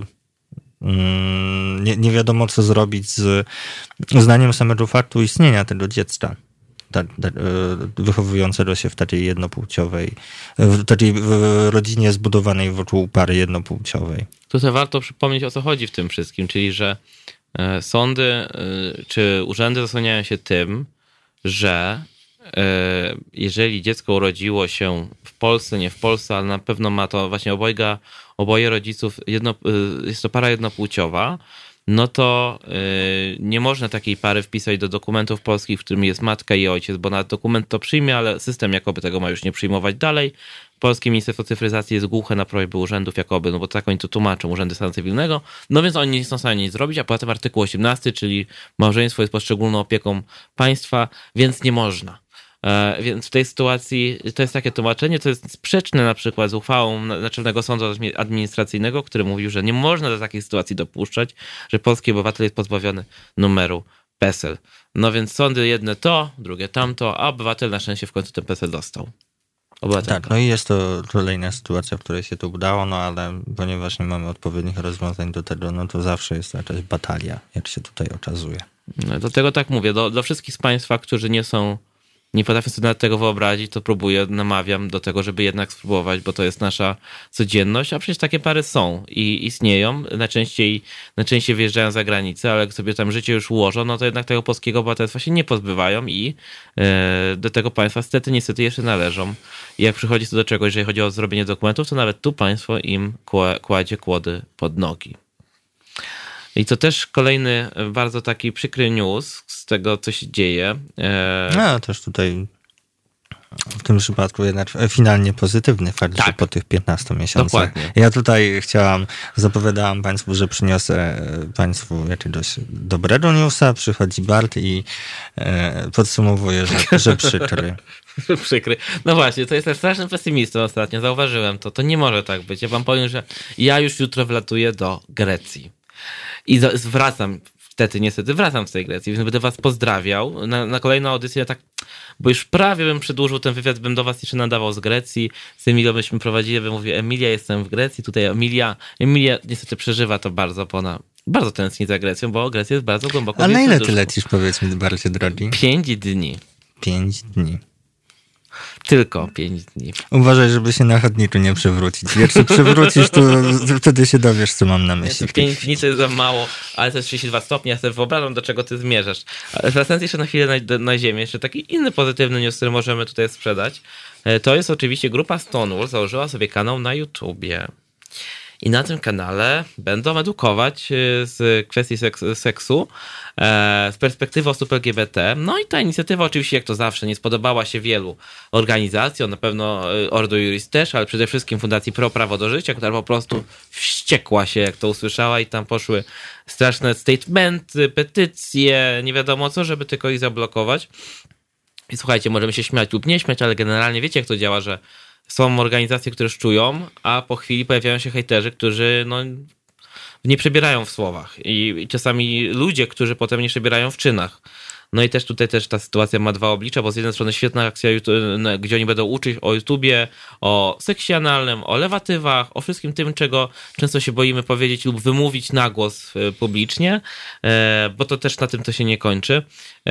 Speaker 3: nie, nie wiadomo co zrobić z uznaniem samego faktu istnienia tego dziecka. Ta, ta, wychowującego się w takiej jednopłciowej, w takiej rodzinie zbudowanej wokół pary jednopłciowej.
Speaker 1: Tutaj warto przypomnieć, o co chodzi w tym wszystkim, czyli że sądy czy urzędy zasłaniają się tym, że jeżeli dziecko urodziło się w Polsce, nie w Polsce, ale na pewno ma to właśnie obojga, oboje rodziców, jedno, jest to para jednopłciowa, no to yy, nie można takiej pary wpisać do dokumentów polskich, w którym jest matka i ojciec, bo nawet dokument to przyjmie, ale system jakoby tego ma już nie przyjmować dalej. Polskie Ministerstwo Cyfryzacji jest głuche na prośby urzędów jakoby, no bo tak oni to tłumaczą, urzędy stanu cywilnego, no więc oni nie są w stanie nic zrobić, a poza tym artykuł osiemnasty, czyli małżeństwo jest pod szczególną opieką państwa, więc nie można. Więc w tej sytuacji to jest takie tłumaczenie, to jest sprzeczne na przykład z uchwałą Naczelnego Sądu Administracyjnego, który mówił, że nie można do takiej sytuacji dopuszczać, że polski obywatel jest pozbawiony numeru P E S E L. No więc sądy jedne to, drugie tamto, a obywatel na szczęście w końcu ten P E S E L dostał. Obywatelka.
Speaker 3: Tak, no i jest to kolejna sytuacja, w której się to udało, no ale ponieważ nie mamy odpowiednich rozwiązań do tego, no to zawsze jest jakaś batalia, jak się tutaj okazuje.
Speaker 1: No, do tego tak mówię, do, do wszystkich z Państwa, którzy nie są nie potrafię sobie nawet tego wyobrazić, to próbuję, namawiam do tego, żeby jednak spróbować, bo to jest nasza codzienność, a przecież takie pary są i istnieją, najczęściej, najczęściej wyjeżdżają za granicę, ale jak sobie tam życie już ułożą, no to jednak tego polskiego obywatelstwa się nie pozbywają i e, do tego państwa niestety, niestety jeszcze należą. I jak przychodzi to do czegoś, jeżeli chodzi o zrobienie dokumentów, to nawet tu państwo im kładzie kłody pod nogi. I to też kolejny bardzo taki przykry news z tego, co się dzieje.
Speaker 3: No, też tutaj w tym przypadku jednak finalnie pozytywny fakt, tak, że po tych piętnastu miesiącach. Dokładnie. Ja tutaj chciałam, zapowiadałam Państwu, że przyniosę Państwu jakiegoś dobrego newsa, przychodzi Bart i podsumowuje, że, że przykry.
Speaker 1: Przykry. No właśnie, to jestem strasznym pesymistą ostatnio, zauważyłem to. To nie może tak być. Ja wam powiem, że ja już jutro wlatuję do Grecji. I wracam, wtedy niestety wracam z tej Grecji, więc będę was pozdrawiał na, na kolejną audycję, tak, bo już prawie bym przedłużył ten wywiad, bym do was jeszcze nadawał z Grecji, z Emilią byśmy prowadzili, bym mówił, Emilia, jestem w Grecji, tutaj Emilia, Emilia niestety przeżywa to bardzo, bo ona bardzo tęskni za Grecją, bo Grecja jest bardzo głęboko.
Speaker 3: A na ile ty lecisz, powiedz mi, bardzo drogi?
Speaker 1: Pięć dni.
Speaker 3: Pięć dni.
Speaker 1: Tylko pięć dni.
Speaker 3: Uważaj, żeby się na chodniku nie przewrócić. Jak się przewrócisz, to wtedy się dowiesz, co mam na myśli.
Speaker 1: pięć dni to jest za mało, ale to jest trzydzieści dwa stopnie. Ja sobie wyobrażam, do czego ty zmierzasz. Ale wracając jeszcze na chwilę na, na ziemię, jeszcze taki inny pozytywny news, który możemy tutaj sprzedać, to jest oczywiście grupa Stonewall założyła sobie kanał na YouTubie. I na tym kanale będą edukować z kwestii seks- seksu, z perspektywy osób L G B T. No i ta inicjatywa oczywiście, jak to zawsze, nie spodobała się wielu organizacjom, na pewno Ordo Juris też, ale przede wszystkim Fundacji Pro Prawo do Życia, która po prostu wściekła się, jak to usłyszała, i tam poszły straszne statementy, petycje, nie wiadomo co, żeby tylko ich zablokować. I słuchajcie, możemy się śmiać lub nie śmiać, ale generalnie wiecie, jak to działa, że są organizacje, które szczują, a po chwili pojawiają się hejterzy, którzy no, nie przebierają w słowach. I, I czasami ludzie, którzy potem nie przebierają w czynach. No i też tutaj też ta sytuacja ma dwa oblicza, bo z jednej strony świetna akcja, gdzie oni będą uczyć o YouTubie, o seksie analnym, o lewatywach, o wszystkim tym, czego często się boimy powiedzieć lub wymówić na głos publicznie, bo to też na tym to się nie kończy.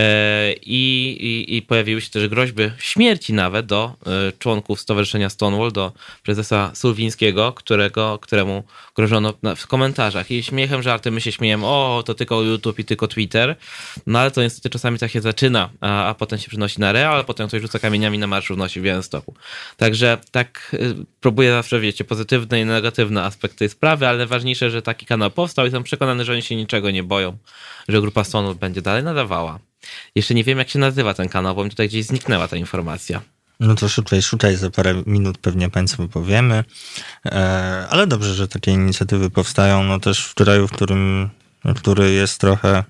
Speaker 1: I, i, i pojawiły się też groźby śmierci nawet do członków Stowarzyszenia Stonewall, do prezesa Sulwińskiego, którego, któremu grożono w komentarzach. I śmiechem, żartem my się śmiejemy, o, to tylko YouTube i tylko Twitter. No ale to niestety czasami tak się zaczyna, a, a potem się przenosi na real, a potem ktoś rzuca kamieniami na Marsz Równości w Białymstoku. Także tak y, próbuję zawsze, wiecie, pozytywne i negatywne aspekty tej sprawy, ale najważniejsze, że taki kanał powstał i jestem przekonany, że oni się niczego nie boją, że grupa Stonewall będzie dalej nadawała. Jeszcze nie wiem, jak się nazywa ten kanał, bo mi tutaj gdzieś zniknęła ta informacja.
Speaker 3: No to szukaj, szukaj, za parę minut pewnie Państwu powiemy. E, ale dobrze, że takie inicjatywy powstają, no też w kraju, w którym, który jest trochę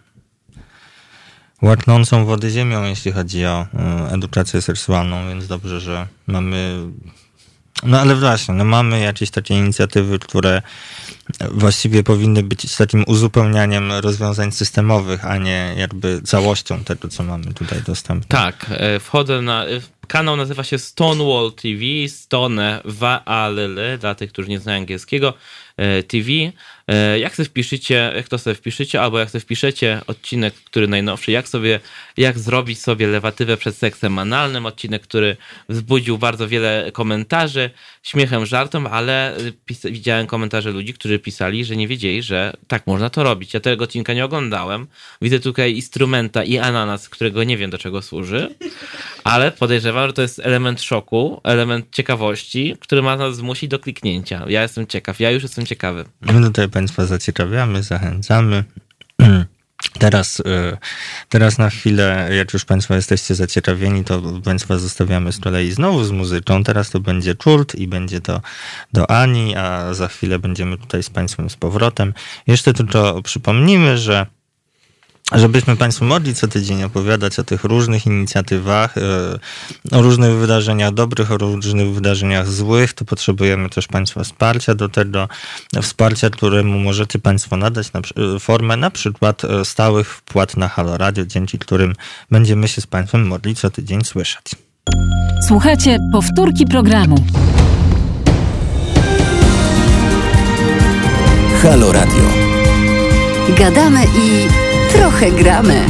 Speaker 3: łaknącą wody ziemią, jeśli chodzi o edukację seksualną, więc dobrze, że mamy... No ale właśnie, no mamy jakieś takie inicjatywy, które właściwie powinny być takim uzupełnianiem rozwiązań systemowych, a nie jakby całością tego, co mamy tutaj dostępne.
Speaker 1: Tak, wchodzę na... Kanał nazywa się Stonewall T V, Stone W A L L, dla tych, którzy nie znają angielskiego, T V. Jak sobie wpiszecie, jak to sobie wpiszecie, albo jak sobie wpiszecie odcinek, który najnowszy, jak sobie, jak zrobić sobie lewatywę przed seksem analnym, odcinek, który wzbudził bardzo wiele komentarzy, śmiechem, żartem, ale pis- widziałem komentarze ludzi, którzy pisali, że nie wiedzieli, że tak można to robić. Ja tego odcinka nie oglądałem. Widzę tutaj instrumenta i ananas, którego nie wiem, do czego służy, ale podejrzewam, że to jest element szoku, element ciekawości, który ma nas zmusić do kliknięcia. Ja jestem ciekaw, ja już jestem ciekawy.
Speaker 3: My tutaj Państwa zaciekawiamy, zachęcamy. Teraz, teraz na chwilę, jak już Państwo jesteście zaciekawieni, to Państwa zostawiamy z kolei znowu z muzyką. Teraz to będzie Kurt i będzie to do Ani, a za chwilę będziemy tutaj z Państwem z powrotem. Jeszcze tylko przypomnimy, że żebyśmy Państwu mogli co tydzień opowiadać o tych różnych inicjatywach, o różnych wydarzeniach dobrych, o różnych wydarzeniach złych, to potrzebujemy też Państwa wsparcia. Do tego wsparcia, któremu możecie Państwo nadać na, formę na przykład stałych wpłat na Halo Radio, dzięki którym będziemy się z Państwem mogli co tydzień słyszeć.
Speaker 2: Słuchajcie powtórki programu.
Speaker 4: Halo Radio.
Speaker 2: Gadamy i trochę gramy.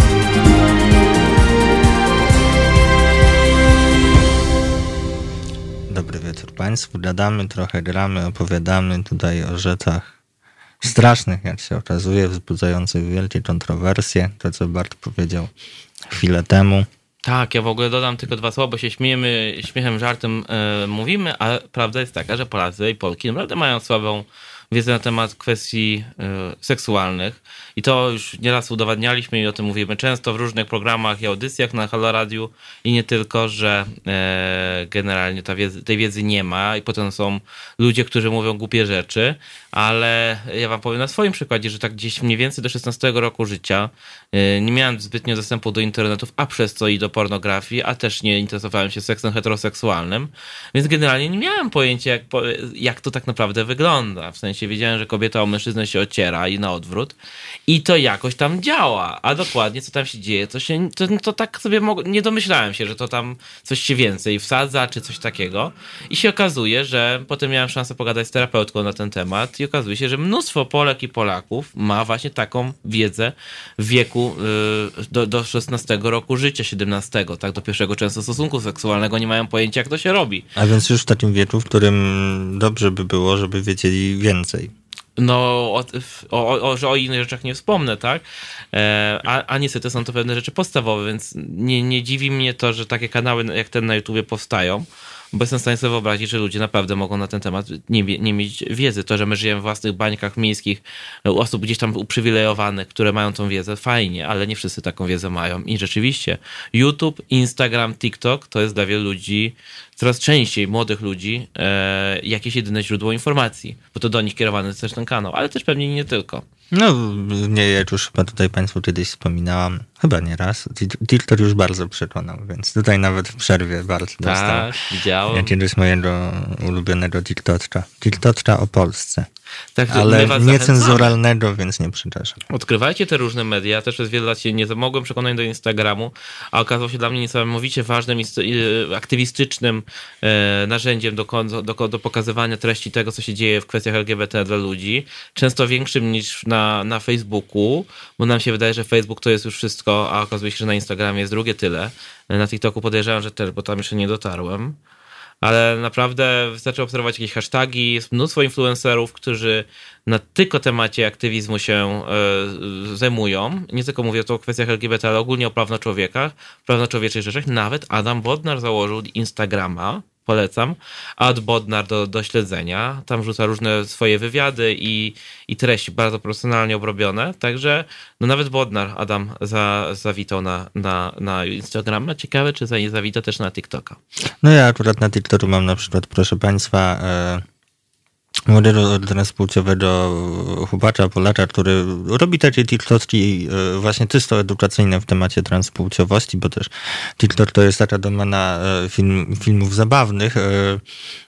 Speaker 3: Dobry wieczór Państwu. Gadamy, trochę gramy, opowiadamy tutaj o rzeczach strasznych, jak się okazuje, wzbudzających wielkie kontrowersje. To, co Bart powiedział chwilę temu.
Speaker 1: Tak, ja w ogóle dodam tylko dwa słowa, bo się śmiejemy, śmiechem, żartem yy, mówimy, a prawda jest taka, że Polacy i Polki naprawdę mają słabą wiedzę na temat kwestii y, seksualnych i to już nieraz udowadnialiśmy i o tym mówimy często w różnych programach i audycjach na Halo Radiu i nie tylko, że y, generalnie ta wiedzy, tej wiedzy nie ma i potem są ludzie, którzy mówią głupie rzeczy, ale ja wam powiem na swoim przykładzie, że tak gdzieś mniej więcej do szesnastego roku życia y, nie miałem zbytnio dostępu do internetów, a przez co i do pornografii, a też nie interesowałem się seksem heteroseksualnym, więc generalnie nie miałem pojęcia, jak, jak to tak naprawdę wygląda, w sensie sensie wiedziałem, że kobieta o mężczyznę się ociera i na odwrót i to jakoś tam działa, a dokładnie co tam się dzieje, to się, to, to tak sobie mog- nie domyślałem się, że to tam coś się więcej wsadza, czy coś takiego i się okazuje, że potem miałem szansę pogadać z terapeutką na ten temat i okazuje się, że mnóstwo Polek i Polaków ma właśnie taką wiedzę w wieku yy, do, do szesnastego roku życia, siedemnastego, tak, do pierwszego często stosunku seksualnego, nie mają pojęcia, jak to się robi.
Speaker 3: A więc już w takim wieku, w którym dobrze by było, żeby wiedzieli więcej.
Speaker 1: No, o, o, o, że o innych rzeczach nie wspomnę, tak? E, a, a niestety są to pewne rzeczy podstawowe, więc nie, nie dziwi mnie to, że takie kanały jak ten na YouTubie powstają, bo jestem w stanie sobie wyobrazić, że ludzie naprawdę mogą na ten temat nie, nie mieć wiedzy. To, że my żyjemy w własnych bańkach miejskich, u osób gdzieś tam uprzywilejowanych, które mają tą wiedzę, fajnie, ale nie wszyscy taką wiedzę mają. I rzeczywiście YouTube, Instagram, TikTok to jest dla wielu ludzi, coraz częściej młodych ludzi, e, jakieś jedyne źródło informacji, bo to do nich kierowany jest też ten kanał, ale też pewnie nie tylko.
Speaker 3: No, nie, jak już chyba tutaj Państwu kiedyś wspominałam, chyba nie raz, TikTok już bardzo przekonał, więc tutaj nawet w przerwie bardzo dostał.
Speaker 1: Tak, widziałem.
Speaker 3: Ja kiedyś mojego ulubionego TikToka. TikToka o Polsce.
Speaker 1: Tak,
Speaker 3: ale niecenzuralnego, więc nie przepraszam.
Speaker 1: Odkrywajcie te różne media. Ja też przez wiele lat się nie mogłem przekonać do Instagramu, a okazał się dla mnie niesamowicie ważnym, aktywistycznym narzędziem do, do, do pokazywania treści tego, co się dzieje w kwestiach L G B T dla ludzi. Często większym niż na, na Facebooku, bo nam się wydaje, że Facebook to jest już wszystko, a okazuje się, że na Instagramie jest drugie tyle. Na TikToku podejrzewam, że też, bo tam jeszcze nie dotarłem. Ale naprawdę wystarczy obserwować jakieś hasztagi, jest mnóstwo influencerów, którzy na tylko temacie aktywizmu się y, zajmują. Nie tylko mówię tu o kwestiach L G B T, ale ogólnie o prawnoczłowiekach, prawnoczłowieczych rzeczach. Nawet Adam Bodnar założył Instagrama, polecam, Ad Bodnar do, do śledzenia. Tam wrzuca różne swoje wywiady i, i treści bardzo profesjonalnie obrobione. Także no nawet Bodnar Adam za, zawitał na, na, na Instagrama. Ciekawe, czy zawita też na TikToka.
Speaker 3: No ja akurat na TikToku mam na przykład, proszę Państwa, e, młodego transpłciowego chłopacza, Polacza, który robi takie TikToki e, właśnie czysto edukacyjne w temacie transpłciowości, bo też TikTok to jest taka domena e, film, filmów zabawnych, e,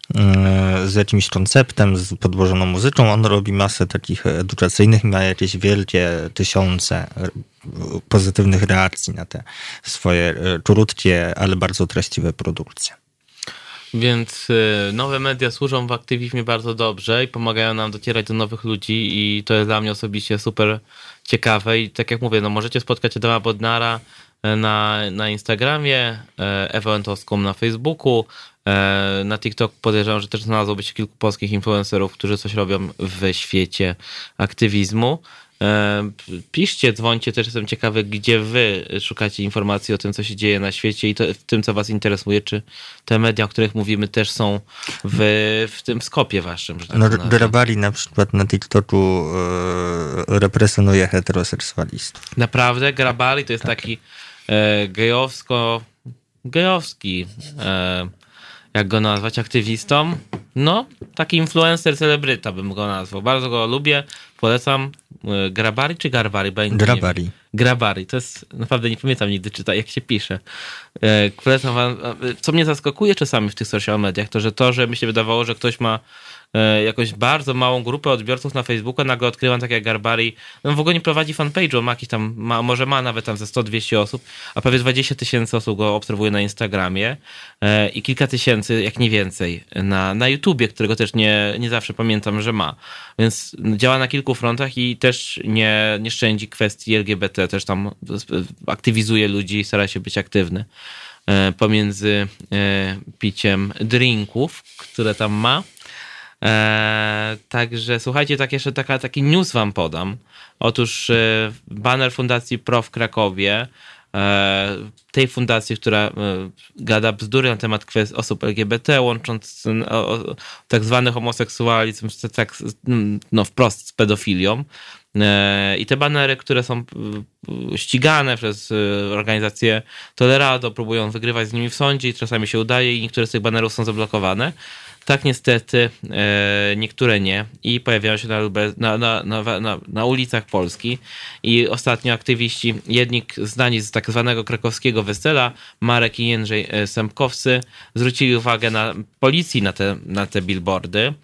Speaker 3: z jakimś konceptem, z podłożoną muzyką. On robi masę takich edukacyjnych i ma jakieś wielkie tysiące pozytywnych reakcji na te swoje krótkie, ale bardzo treściwe produkcje.
Speaker 1: Więc nowe media służą w aktywizmie bardzo dobrze i pomagają nam docierać do nowych ludzi i to jest dla mnie osobiście super ciekawe i tak jak mówię, no możecie spotkać Adama Bodnara na, na Instagramie, Ewę Entowską na Facebooku, na TikTok podejrzewam, że też znalazłoby się kilku polskich influencerów, którzy coś robią w świecie aktywizmu. Piszcie, dzwońcie, też jestem ciekawy, gdzie wy szukacie informacji o tym, co się dzieje na świecie i to, w tym, co was interesuje, czy te media, o których mówimy, też są w, w tym skopie waszym. Że tak
Speaker 3: no, Grabari na przykład na TikToku e, represjonuje heteroseksualistów.
Speaker 1: Naprawdę? Grabari to jest tak. taki e, gejowsko, gejowski e, jak go nazwać, aktywistą? No, taki influencer, celebryta bym go nazwał. Bardzo go lubię, polecam. Grabari czy Garbari?
Speaker 3: Grabari.
Speaker 1: Grabari, to jest, naprawdę nie pamiętam nigdy czyta, jak się pisze. Polecam wam, co mnie zaskakuje czasami w tych social mediach, to że to, że mi się wydawało, że ktoś ma jakąś bardzo małą grupę odbiorców na Facebooku, nagle odkrywam tak jak Garbari, no w ogóle nie prowadzi fanpage'u, ma jakiś tam, ma, może ma nawet tam ze sto dwieście osób, a prawie dwadzieścia tysięcy osób go obserwuje na Instagramie e, i kilka tysięcy, jak nie więcej, na, na YouTubie, którego też nie, nie zawsze pamiętam, że ma. Więc działa na kilku frontach i też nie, nie szczędzi kwestii L G B T, też tam aktywizuje ludzi i stara się być aktywny e, pomiędzy e, piciem drinków, które tam ma. Eee, także słuchajcie, tak jeszcze taka, taki news wam podam. Otóż e, baner Fundacji Pro w Krakowie, e, tej fundacji, która e, gada bzdury na temat kwestii osób L G B T, łącząc o, o, tak zwany homoseksualizm tak, no, wprost z pedofilią. E, I te banery, które są ścigane przez organizację Tolerado, próbują wygrywać z nimi w sądzie i czasami się udaje i niektóre z tych banerów są zablokowane. Tak niestety e, niektóre nie i pojawiają się na, na, na, na, na, na ulicach Polski i ostatnio aktywiści, jedni znani z tak zwanego krakowskiego wesela, Marek i Jędrzej Sępkowscy, zwrócili uwagę na policji na te, na te billboardy.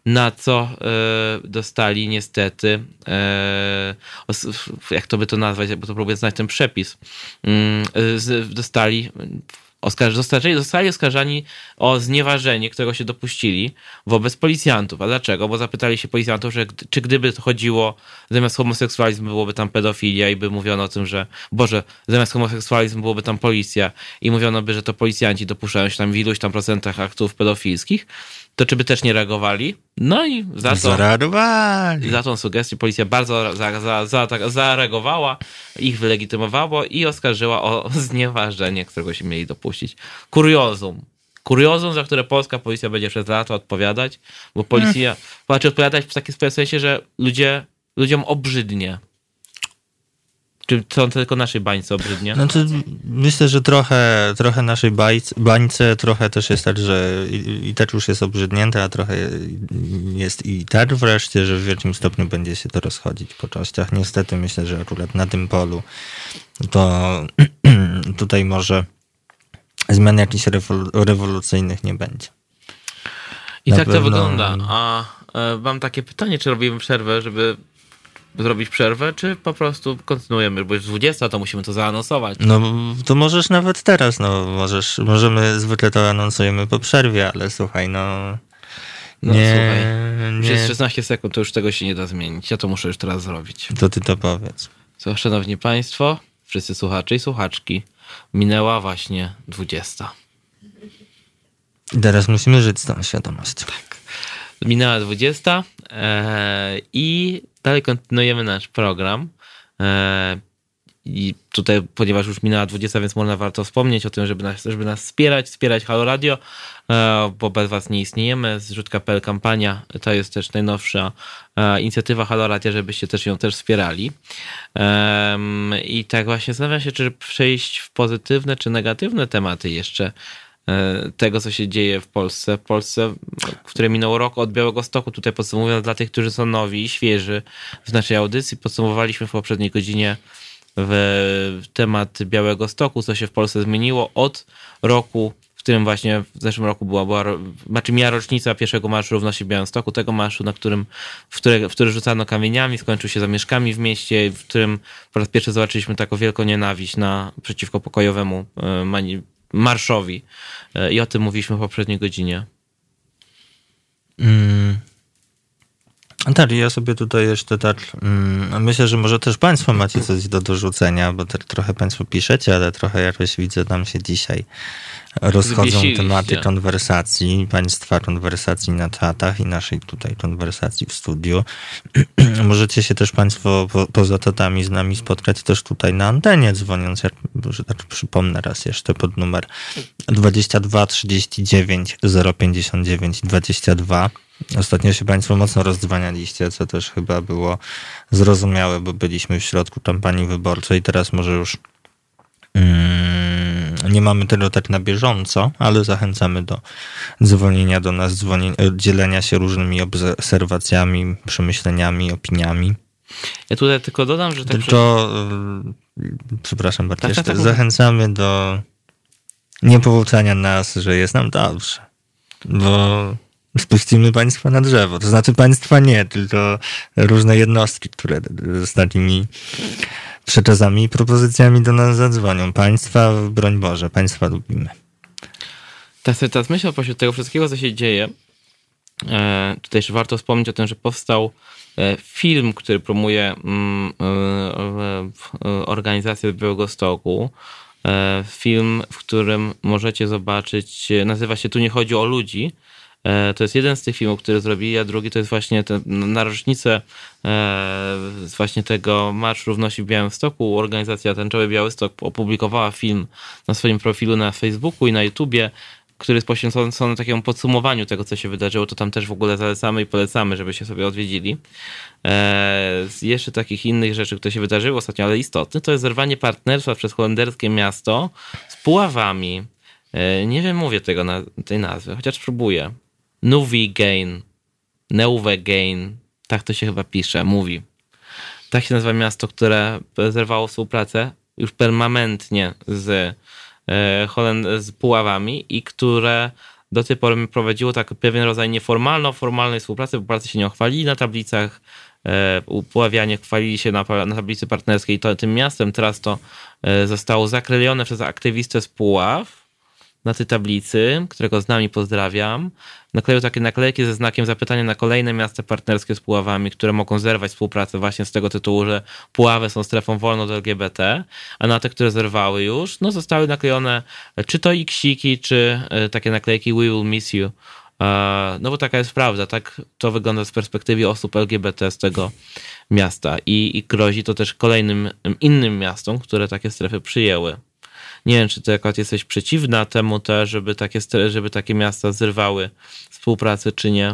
Speaker 1: na co y, dostali niestety, y, jak to by to nazwać, bo to próbuję znać ten przepis, y, z, dostali... Oskarż, zostali, zostali oskarżani o znieważenie, którego się dopuścili wobec policjantów. A dlaczego? Bo zapytali się policjantów, że czy gdyby to chodziło, zamiast homoseksualizmu byłoby tam pedofilia i by mówiono o tym, że Boże, zamiast homoseksualizmu byłoby tam policja i mówiono by, że to policjanci dopuszczają się tam w iluś tam procentach aktów pedofilskich, to czy by też nie reagowali? No i za to,
Speaker 3: Zareagowali.
Speaker 1: za tą sugestię policja bardzo za, za, za, za, zareagowała, ich wylegitymowało i oskarżyła o znieważenie, którego się mieli dopuścić. Kuriozum. Kuriozum, za które polska policja będzie przez lata odpowiadać, bo policja hmm. znaczy odpowiadać w takim sensie, że ludzie, ludziom obrzydnie. Czy to tylko naszej bańce obrzydnie?
Speaker 3: Znaczy, myślę, że trochę, trochę naszej bajce, bańce, trochę też jest tak, że i, i tak już jest obrzydnięte, a trochę jest i tak wreszcie, że w wielkim stopniu będzie się to rozchodzić po częściach. Niestety myślę, że akurat na tym polu to tutaj może zmian jakichś rewolucyjnych nie będzie.
Speaker 1: I
Speaker 3: na
Speaker 1: tak
Speaker 3: pewno...
Speaker 1: to wygląda. A e, mam takie pytanie, czy robimy przerwę, żeby zrobić przerwę, czy po prostu kontynuujemy, bo już dwudziesta, to musimy to zaanonsować.
Speaker 3: No to możesz nawet teraz, no możesz, możemy, zwykle to anonsujemy po przerwie, ale słuchaj, no...
Speaker 1: No
Speaker 3: nie,
Speaker 1: słuchaj,
Speaker 3: nie.
Speaker 1: już jest szesnaście sekund, to już tego się nie da zmienić. Ja to muszę już teraz zrobić.
Speaker 3: To ty to powiedz.
Speaker 1: Co, szanowni państwo, wszyscy słuchacze i słuchaczki, minęła właśnie dwudziesta.
Speaker 3: I teraz musimy żyć z tą świadomością.
Speaker 1: Tak. Minęła dwudziesta e, i dalej kontynuujemy nasz program. E, I tutaj, ponieważ już minęła dwudziesta, więc można warto wspomnieć o tym, żeby nas, żeby nas wspierać, wspierać Halo Radio, e, bo bez was nie istniejemy. Zrzut kropka pe el kampania to jest też najnowsza e, inicjatywa Halo Radio, żebyście też ją też wspierali. E, I tak właśnie zastanawiam się, czy przejść w pozytywne czy negatywne tematy jeszcze tego, co się dzieje w Polsce. W Polsce, w której minął rok od Białegostoku. Tutaj podsumowując dla tych, którzy są nowi i świeży w naszej audycji, podsumowaliśmy w poprzedniej godzinie w temat Białegostoku, co się w Polsce zmieniło od roku, w którym właśnie w zeszłym roku była, była znaczy miała rocznica pierwszego Marszu Równości w Białymstoku, tego marszu, na którym, w, które, w który rzucano kamieniami, skończył się zamieszkami w mieście, w którym po raz pierwszy zobaczyliśmy taką wielką nienawiść na, przeciwko pokojowemu mani, marszowi. I o tym mówiliśmy w poprzedniej godzinie.
Speaker 3: Mm. Tak, ja sobie tutaj jeszcze tak mm, myślę, że może też państwo macie coś do dorzucenia, bo tak trochę państwo piszecie, ale trochę jakoś widzę, tam się dzisiaj rozchodzą tematy konwersacji, państwa konwersacji na czatach i naszej tutaj konwersacji w studiu. Możecie się też państwo po, poza czatami z nami spotkać też tutaj na antenie, dzwoniąc, jak, że tak przypomnę raz jeszcze, pod numer dwadzieścia dwa trzydzieści dziewięć zero pięćdziesiąt dziewięć dwadzieścia dwa. Ostatnio się państwo mocno rozdzwanialiście, co też chyba było zrozumiałe, bo byliśmy w środku kampanii wyborczej. Teraz może już mm, nie mamy tego tak na bieżąco, ale zachęcamy do dzwonienia do nas, dzwonienia, dzielenia się różnymi obserwacjami, przemyśleniami, opiniami.
Speaker 1: Ja tutaj tylko dodam, że tak...
Speaker 3: Tylko, przy... przepraszam bardzo, tak, jeszcze tak, tak, zachęcamy do niepouczania nas, że jest nam dobrze, bo... Spuścimy państwa na drzewo. To znaczy państwa nie, tylko różne jednostki, które z takimi przekazami i propozycjami do nas zadzwonią. Państwa, broń Boże, państwa lubimy.
Speaker 1: Tak sobie teraz myślę pośród tego wszystkiego, co się dzieje. E, tutaj jeszcze warto wspomnieć o tym, że powstał e, film, który promuje mm, e, e, organizację w Białegostoku. E, film, w którym możecie zobaczyć, nazywa się Tu nie chodzi o ludzi. To jest jeden z tych filmów, który zrobili, a drugi to jest właśnie ten, na rocznicę e, właśnie tego Marszu Równości w Białymstoku. Organizacja Tęczowy Białystok opublikowała film na swoim profilu na Facebooku i na YouTubie, który jest poświęcony takiemu podsumowaniu tego, co się wydarzyło. To tam też w ogóle zalecamy i polecamy, żebyście sobie odwiedzili. E, z jeszcze takich innych rzeczy, które się wydarzyły ostatnio, ale istotne, to jest zerwanie partnerstwa przez holenderskie miasto z Puławami. E, nie wiem, mówię tego na, tej nazwy, chociaż próbuję. Nieuwegein, Nieuwegein, tak to się chyba pisze, mówi. Tak się nazywa miasto, które zerwało współpracę już permanentnie z, e, Holend- z Puławami i które do tej pory prowadziło tak pewien rodzaj nieformalno-formalnej współpracy, bo Polacy się nie chwalili na tablicach, Puławianie chwalili się na, na tablicy partnerskiej to, tym miastem, teraz to zostało zakrylone przez aktywistę z Puław na tej tablicy, którego z nami pozdrawiam. Nakleił takie naklejki ze znakiem zapytania na kolejne miasta partnerskie z Puławami, które mogą zerwać współpracę właśnie z tego tytułu, że Puławy są strefą wolną do L G B T, a na te, które zerwały już, no zostały naklejone czy to iksiki, czy takie naklejki We will miss you. No bo taka jest prawda, tak to wygląda z perspektywy osób L G B T z tego miasta i, i grozi to też kolejnym innym miastom, które takie strefy przyjęły. Nie wiem, czy ty akurat jesteś przeciwna temu też, żeby takie, żeby takie miasta zrywały współpracę, czy nie?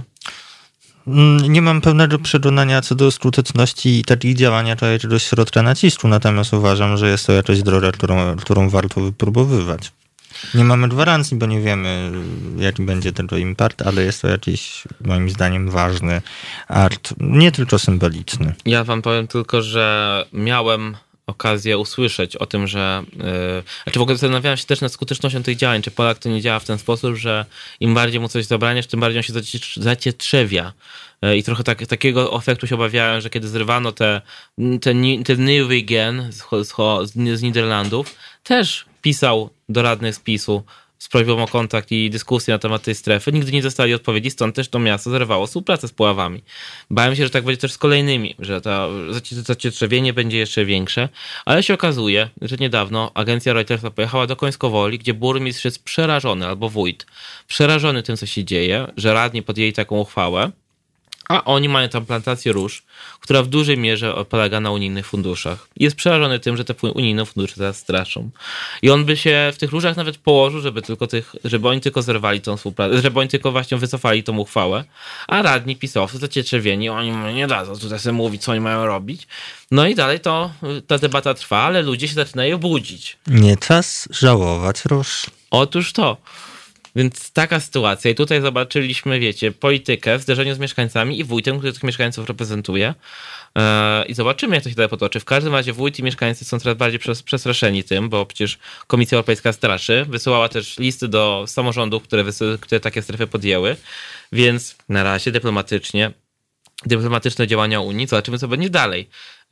Speaker 3: Nie mam pełnego przekonania co do skuteczności takich działań, jako jakiegoś środka nacisku, natomiast uważam, że jest to jakaś droga, którą, którą warto wypróbowywać. Nie mamy gwarancji, bo nie wiemy, jaki będzie tego impact, ale jest to jakiś, moim zdaniem, ważny akt, nie tylko symboliczny.
Speaker 1: Ja wam powiem tylko, że miałem okazję usłyszeć o tym, że... Yy, znaczy w ogóle zastanawiałem się też nad skutecznością tych działań, czy Polak to nie działa w ten sposób, że im bardziej mu coś zabraniasz, tym bardziej on się zacietrzewia. Yy, I trochę tak, takiego efektu się obawiałem, że kiedy zrywano te, te, te Nieuwe Gen z, z, z Niderlandów, też pisał do radnych z PiSu z prośbą o kontakt i dyskusję na temat tej strefy. Nigdy nie dostali odpowiedzi, stąd też to miasto zerwało współpracę z Puławami. Bałem się, że tak będzie też z kolejnymi, że to zacietrzewienie będzie jeszcze większe, ale się okazuje, że niedawno agencja Reutersa pojechała do Końskowoli, gdzie burmistrz jest przerażony, albo wójt, przerażony tym, co się dzieje, że radni podjęli taką uchwałę, a oni mają tam plantację róż, która w dużej mierze polega na unijnych funduszach. Jest przerażony tym, że te unijne fundusze teraz straszą. I on by się w tych różach nawet położył, żeby tylko tych, żeby oni tylko zerwali tą współpracę, żeby oni tylko właśnie wycofali tą uchwałę, a radni pisowcy zacietrzewieni, oni nie dadzą tutaj sobie mówić, co oni mają robić. No i dalej to, ta debata trwa, ale ludzie się zaczynają budzić.
Speaker 3: Nie czas żałować róż.
Speaker 1: Otóż to. Więc taka sytuacja. I tutaj zobaczyliśmy, wiecie, politykę w zderzeniu z mieszkańcami i wójtem, który tych mieszkańców reprezentuje. I zobaczymy, jak to się dalej potoczy. W każdym razie wójt i mieszkańcy są coraz bardziej przestraszeni tym, bo przecież Komisja Europejska straszy. Wysyłała też listy do samorządów, które, wysy- które takie strefy podjęły. Więc na razie dyplomatycznie, dyplomatyczne działania Unii. Zobaczymy, co będzie dalej.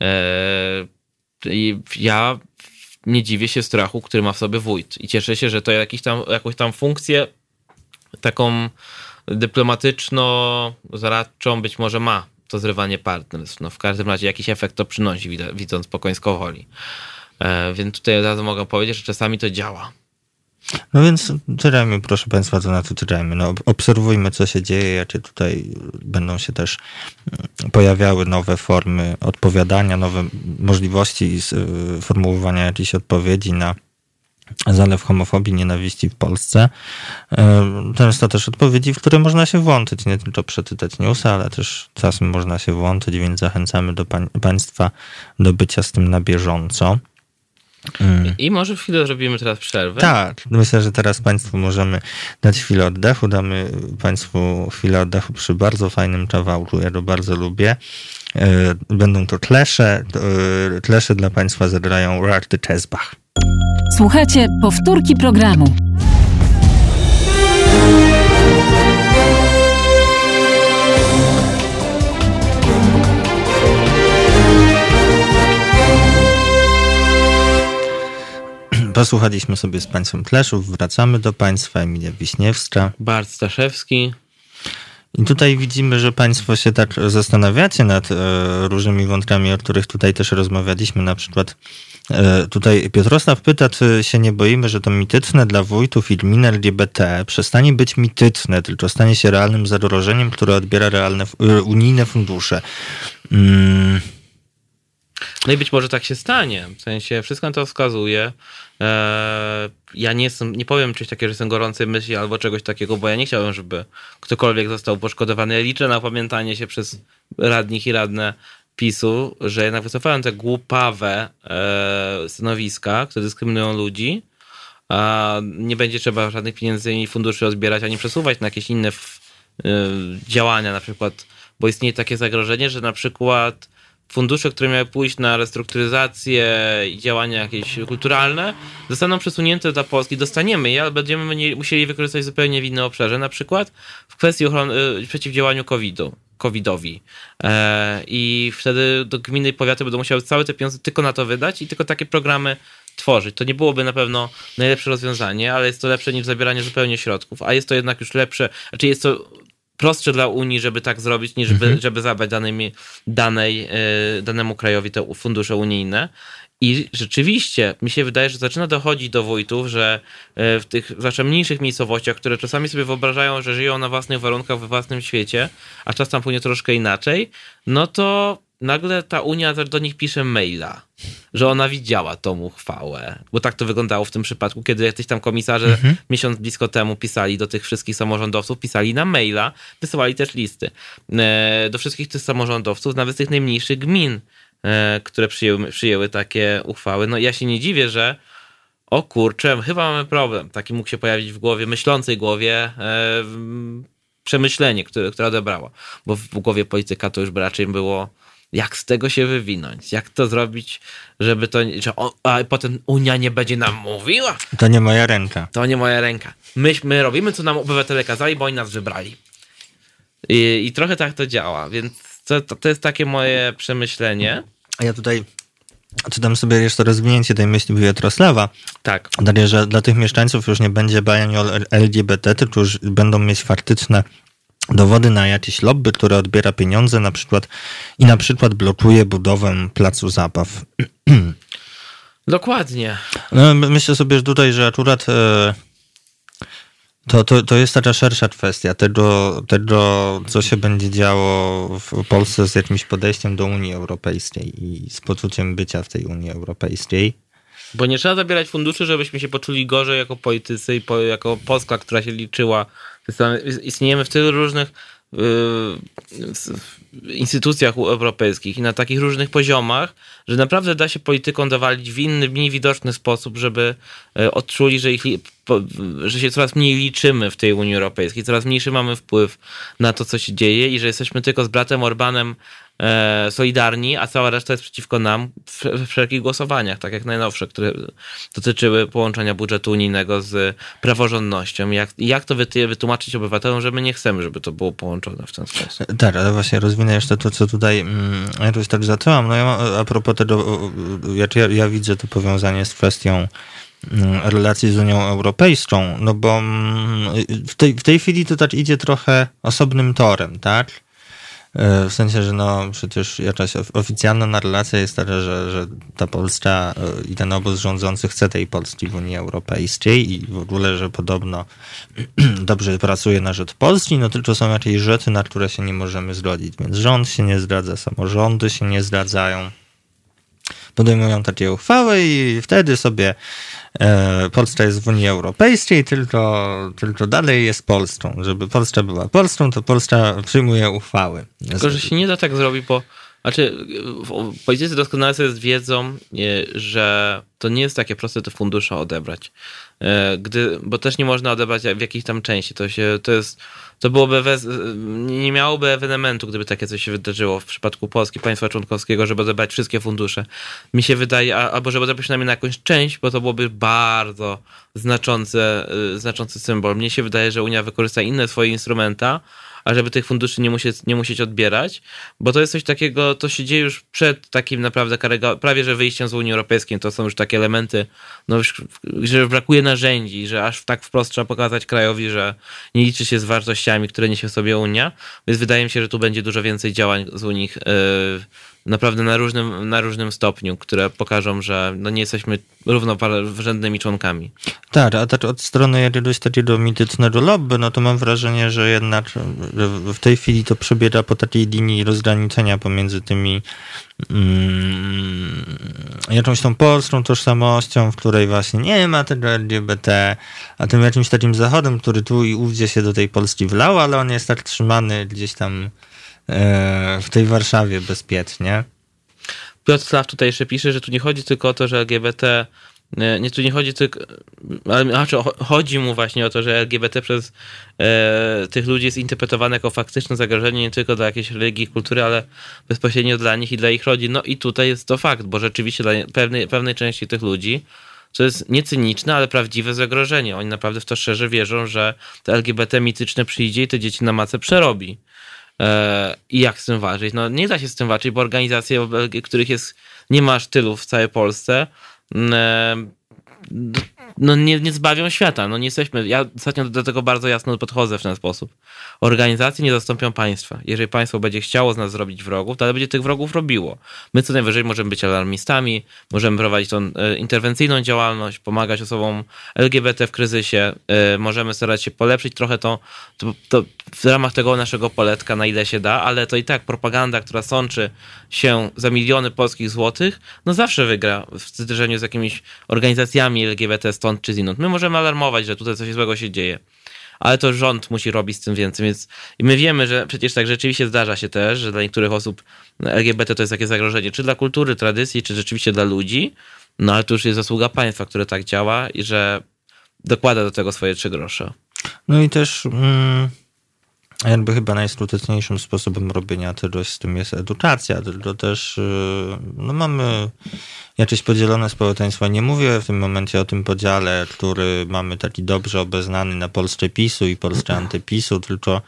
Speaker 1: I ja nie dziwię się strachu, który ma w sobie wójt. I cieszę się, że to jakiś tam, jakąś tam funkcję taką dyplomatyczno-zaradczą być może ma to zrywanie partnerstw. No w każdym razie jakiś efekt to przynosi, widząc po Końskowoli. E, więc tutaj od razu mogę powiedzieć, że czasami to działa.
Speaker 3: No więc czekajmy, proszę Państwa, to na to czekajmy. No, obserwujmy, co się dzieje, jakie tutaj będą się też pojawiały nowe formy odpowiadania, nowe możliwości formułowania jakichś odpowiedzi na zalew homofobii, nienawiści w Polsce. Często też odpowiedzi, w które można się włączyć, nie tylko przeczytać newsa, ale też czasem można się włączyć, więc zachęcamy do pań- Państwa do bycia z tym na bieżąco.
Speaker 1: Mm. I może w chwilę zrobimy teraz przerwę.
Speaker 3: Tak, myślę, że teraz Państwu możemy dać chwilę oddechu. Damy Państwu chwilę oddechu przy bardzo fajnym kawałku. Ja go bardzo lubię. Będą to Clasze. Clasze dla Państwa zagrają Rock the Casbah.
Speaker 2: Słuchajcie, powtórki programu.
Speaker 3: Posłuchaliśmy sobie z Państwem Clashów, wracamy do Państwa. Emilia Wiśniewska.
Speaker 1: Bart Staszewski.
Speaker 3: I tutaj widzimy, że Państwo się tak zastanawiacie nad e, różnymi wątkami, o których tutaj też rozmawialiśmy. Na przykład e, tutaj Piotrosław pyta, czy się nie boimy, że to mityczne dla wójtów i gmin L G B T przestanie być mityczne, tylko stanie się realnym zagrożeniem, które odbiera realne e, unijne fundusze. Mm.
Speaker 1: No i być może tak się stanie. W sensie wszystko na to wskazuje. Ja nie jestem, nie powiem coś takiego, że jestem gorącej myśli albo czegoś takiego, bo ja nie chciałbym, żeby ktokolwiek został poszkodowany. Liczę na opamiętanie się przez radnych i radne PiSu, że jednak wycofałem te głupawe stanowiska, które dyskryminują ludzi. Nie będzie trzeba żadnych pieniędzy i funduszy odbierać, ani przesuwać na jakieś inne działania na przykład, bo istnieje takie zagrożenie, że na przykład fundusze, które miały pójść na restrukturyzację i działania jakieś kulturalne, zostaną przesunięte dla Polski. Dostaniemy je, ale będziemy musieli wykorzystać zupełnie w innym obszarze, na przykład w kwestii ochrony, przeciwdziałaniu kowida. covidowi. E, I wtedy do gminy i powiaty będą musiały całe te pieniądze tylko na to wydać i tylko takie programy tworzyć. To nie byłoby na pewno najlepsze rozwiązanie, ale jest to lepsze niż zabieranie zupełnie środków, a jest to jednak już lepsze, znaczy jest to prostsze dla Unii, żeby tak zrobić, niż żeby, mhm. żeby zabrać danej, danej, e, danemu krajowi te fundusze unijne. I rzeczywiście mi się wydaje, że zaczyna dochodzić do wójtów, że w tych zwłaszcza mniejszych miejscowościach, które czasami sobie wyobrażają, że żyją na własnych warunkach, we własnym świecie, a czas tam płynie troszkę inaczej, no to nagle ta Unia do nich pisze maila, że ona widziała tą uchwałę. Bo tak to wyglądało w tym przypadku, kiedy jacyś tam komisarze mhm. miesiąc blisko temu pisali do tych wszystkich samorządowców, pisali na maila, wysyłali też listy do wszystkich tych samorządowców, nawet z tych najmniejszych gmin, które przyjęły, przyjęły takie uchwały. No ja się nie dziwię, że o kurczę, chyba mamy problem. Taki mógł się pojawić w głowie, myślącej głowie e, przemyślenie, które, które odebrała. Bo w głowie polityka to już by raczej było, jak z tego się wywinąć, jak to zrobić, żeby to, że o, a potem Unia nie będzie nam mówiła.
Speaker 3: To nie moja ręka.
Speaker 1: To nie moja ręka. My, my robimy, co nam obywatele kazali, bo oni nas wybrali. I, i trochę tak to działa, więc To, to, to jest takie moje przemyślenie.
Speaker 3: A ja tutaj czytam sobie jeszcze rozwinięcie tej myśli Wiatrosława.
Speaker 1: Tak.
Speaker 3: Dalej, że dla tych mieszkańców już nie będzie bajania o L G B T, tylko już będą mieć faktyczne dowody na jakieś lobby, które odbiera pieniądze na przykład i na przykład blokuje budowę placu zabaw.
Speaker 1: Dokładnie.
Speaker 3: No, myślę sobie że tutaj, że akurat e, To, to, to jest taka szersza kwestia tego, tego, co się będzie działo w Polsce z jakimś podejściem do Unii Europejskiej i z poczuciem bycia w tej Unii Europejskiej.
Speaker 1: Bo nie trzeba zabierać funduszy, żebyśmy się poczuli gorzej jako politycy i po, jako Polska, która się liczyła. Istniejemy w tylu różnych y, instytucjach europejskich i na takich różnych poziomach, że naprawdę da się politykom dowalić w inny, mniej widoczny sposób, żeby odczuli, że, ich, że się coraz mniej liczymy w tej Unii Europejskiej, coraz mniejszy mamy wpływ na to, co się dzieje i że jesteśmy tylko z bratem Orbánem e, solidarni, a cała reszta jest przeciwko nam w, w wszelkich głosowaniach, tak jak najnowsze, które dotyczyły połączenia budżetu unijnego z praworządnością. Jak, jak to wytłumaczyć obywatelom, że my nie chcemy, żeby to było połączone w ten sposób?
Speaker 3: Tak, ale właśnie rozwinę jeszcze to, co tutaj mm, jakoś tak zacząłem. No ja mam, a propos tego, jak ja, ja widzę to powiązanie z kwestią relacji z Unią Europejską, no bo w tej, w tej chwili to tak idzie trochę osobnym torem, tak? W sensie, że no przecież jakaś oficjalna relacja jest taka, że, że ta Polska i ten obóz rządzący chce tej Polski w Unii Europejskiej i w ogóle, że podobno dobrze pracuje na rzecz Polski, no tylko są jakieś rzeczy, na które się nie możemy zgodzić, więc rząd się nie zgadza, samorządy się nie zgadzają. Podejmują takie uchwały i wtedy sobie e, Polska jest w Unii Europejskiej, tylko, tylko dalej jest Polską. Żeby Polska była Polską, to Polska przyjmuje uchwały.
Speaker 1: Tylko, że się nie da tak zrobić, bo znaczy, politycy doskonale sobie wiedzą, że to nie jest takie proste te fundusze odebrać. Gdy, bo też nie można odebrać w jakiejś tam części. To się, to jest, to byłoby, wez, nie miałoby ewenementu, gdyby takie coś się wydarzyło w przypadku Polski, państwa członkowskiego, żeby odebrać wszystkie fundusze. Mi się wydaje, albo żeby odebrać przynajmniej na jakąś część, bo to byłoby bardzo znaczący, znaczący symbol. Mnie się wydaje, że Unia wykorzysta inne swoje instrumenta, a żeby tych funduszy nie musieć, nie musieć odbierać, bo to jest coś takiego, to się dzieje już przed takim naprawdę prawie że wyjściem z Unii Europejskiej. To są już takie elementy, no już, że brakuje narzędzi, że aż tak wprost trzeba pokazać krajowi, że nie liczy się z wartościami, które niesie w sobie Unia, więc wydaje mi się, że tu będzie dużo więcej działań z Unii yy, naprawdę na różnym, na różnym stopniu, które pokażą, że no nie jesteśmy równorzędnymi członkami.
Speaker 3: Tak, a tak od strony jakiegoś takiego mitycznego lobby, no to mam wrażenie, że jednak w tej chwili to przebiega po takiej linii rozgraniczenia pomiędzy tymi mm, jakąś tą polską tożsamością, w której właśnie nie ma tego L G B T, a tym jakimś takim zachodem, który tu i ówdzie się do tej Polski wlał, ale on jest tak trzymany gdzieś tam w tej Warszawie bezpiecznie.
Speaker 1: Piotr Slaw tutaj jeszcze pisze, że tu nie chodzi tylko o to, że L G B T Nie, nie tu nie chodzi tylko, ale znaczy, chodzi mu właśnie o to, że L G B T przez e, tych ludzi jest interpretowane jako faktyczne zagrożenie nie tylko dla jakiejś religii, kultury, ale bezpośrednio dla nich i dla ich rodzin. No i tutaj jest to fakt, bo rzeczywiście dla pewnej, pewnej części tych ludzi to jest nie cyniczne, ale prawdziwe zagrożenie. Oni naprawdę w to szczerze wierzą, że to L G B T mityczne przyjdzie i te dzieci na macę przerobi. E, I jak z tym walczyć? No nie da się z tym walczyć, bo organizacje, których jest nie ma aż tylu w całej Polsce, no nie, nie zbawią świata. No nie jesteśmy, ja ostatnio do tego bardzo jasno podchodzę w ten sposób. Organizacje nie zastąpią państwa. Jeżeli państwo będzie chciało z nas zrobić wrogów, to będzie tych wrogów robiło. My co najwyżej możemy być alarmistami, możemy prowadzić tą interwencyjną działalność, pomagać osobom L G B T w kryzysie, możemy starać się polepszyć trochę to, to, to w ramach tego naszego poletka, na ile się da, ale to i tak propaganda, która sączy się za miliony polskich złotych, no zawsze wygra w zderzeniu z jakimiś organizacjami L G B T stąd czy znikąd. My możemy alarmować, że tutaj coś złego się dzieje, ale to rząd musi robić z tym więcej, więc i my wiemy, że przecież tak rzeczywiście zdarza się też, że dla niektórych osób L G B T to jest takie zagrożenie, czy dla kultury, tradycji, czy rzeczywiście dla ludzi, no ale to już jest zasługa państwa, które tak działa i że dokłada do tego swoje trzy grosze.
Speaker 3: No i też mm, jakby chyba najskuteczniejszym sposobem robienia czegoś z tym jest edukacja, tylko też no mamy jakieś podzielone społeczeństwo. Nie mówię w tym momencie o tym podziale, który mamy taki dobrze obeznany na Polsce PiSu i Polsce antypisu, tylko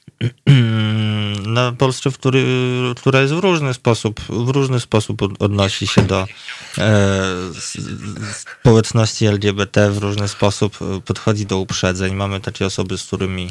Speaker 3: na Polsce, w który, która jest w różny sposób, w różny sposób odnosi się do e, społeczności L G B T, w różny sposób podchodzi do uprzedzeń. Mamy takie osoby, z którymi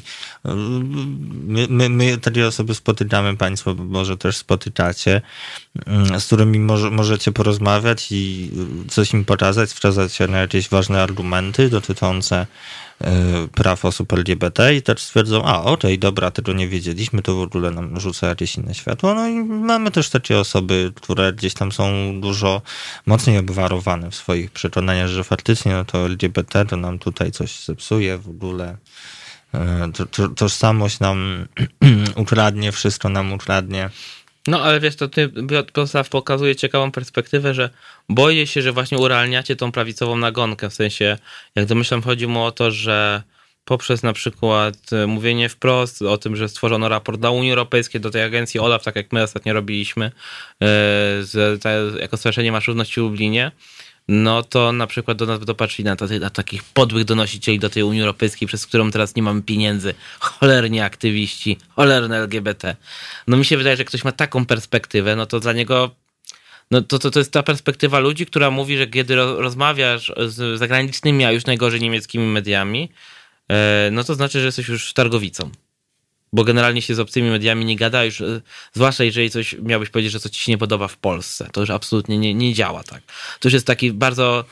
Speaker 3: my, my, my takie osoby spotykamy, państwo może też spotykacie, z którymi może, możecie porozmawiać i coś im pokazać, wskazać się na jakieś ważne argumenty dotyczące praw osób L G B T i też stwierdzą, a okej, okay, dobra, tego nie wiedzieliśmy, to w ogóle nam rzuca jakieś inne światło. No i mamy też takie osoby, które gdzieś tam są dużo mocniej obwarowane w swoich przekonaniach, że faktycznie no to L G B T to nam tutaj coś zepsuje w ogóle. To, to, tożsamość nam ukradnie, wszystko nam ukradnie.
Speaker 1: No ale wiesz, to ty, Piotr, pokazuje ciekawą perspektywę, że boję się, że właśnie urealniacie tą prawicową nagonkę, w sensie, jak domyślam, chodzi mu o to, że poprzez na przykład mówienie wprost o tym, że stworzono raport dla Unii Europejskiej, do tej agencji OLAF, tak jak my ostatnio robiliśmy, z, ta, jako Stowarzyszenie Masz Równość w Lublinie, no to na przykład do nas dopatrzyli na, na takich podłych donosicieli do tej Unii Europejskiej, przez którą teraz nie mamy pieniędzy. Cholerni aktywiści, cholerne L G B T. No mi się wydaje, że ktoś ma taką perspektywę, no to dla niego no to, to, to jest ta perspektywa ludzi, która mówi, że kiedy rozmawiasz z zagranicznymi, a już najgorzej niemieckimi mediami, no to znaczy, że jesteś już targowicą. Bo generalnie się z obcymi mediami nie gada już, zwłaszcza jeżeli coś miałbyś powiedzieć, że coś ci się nie podoba w Polsce. To już absolutnie nie, nie działa tak. To już jest taki bardzo,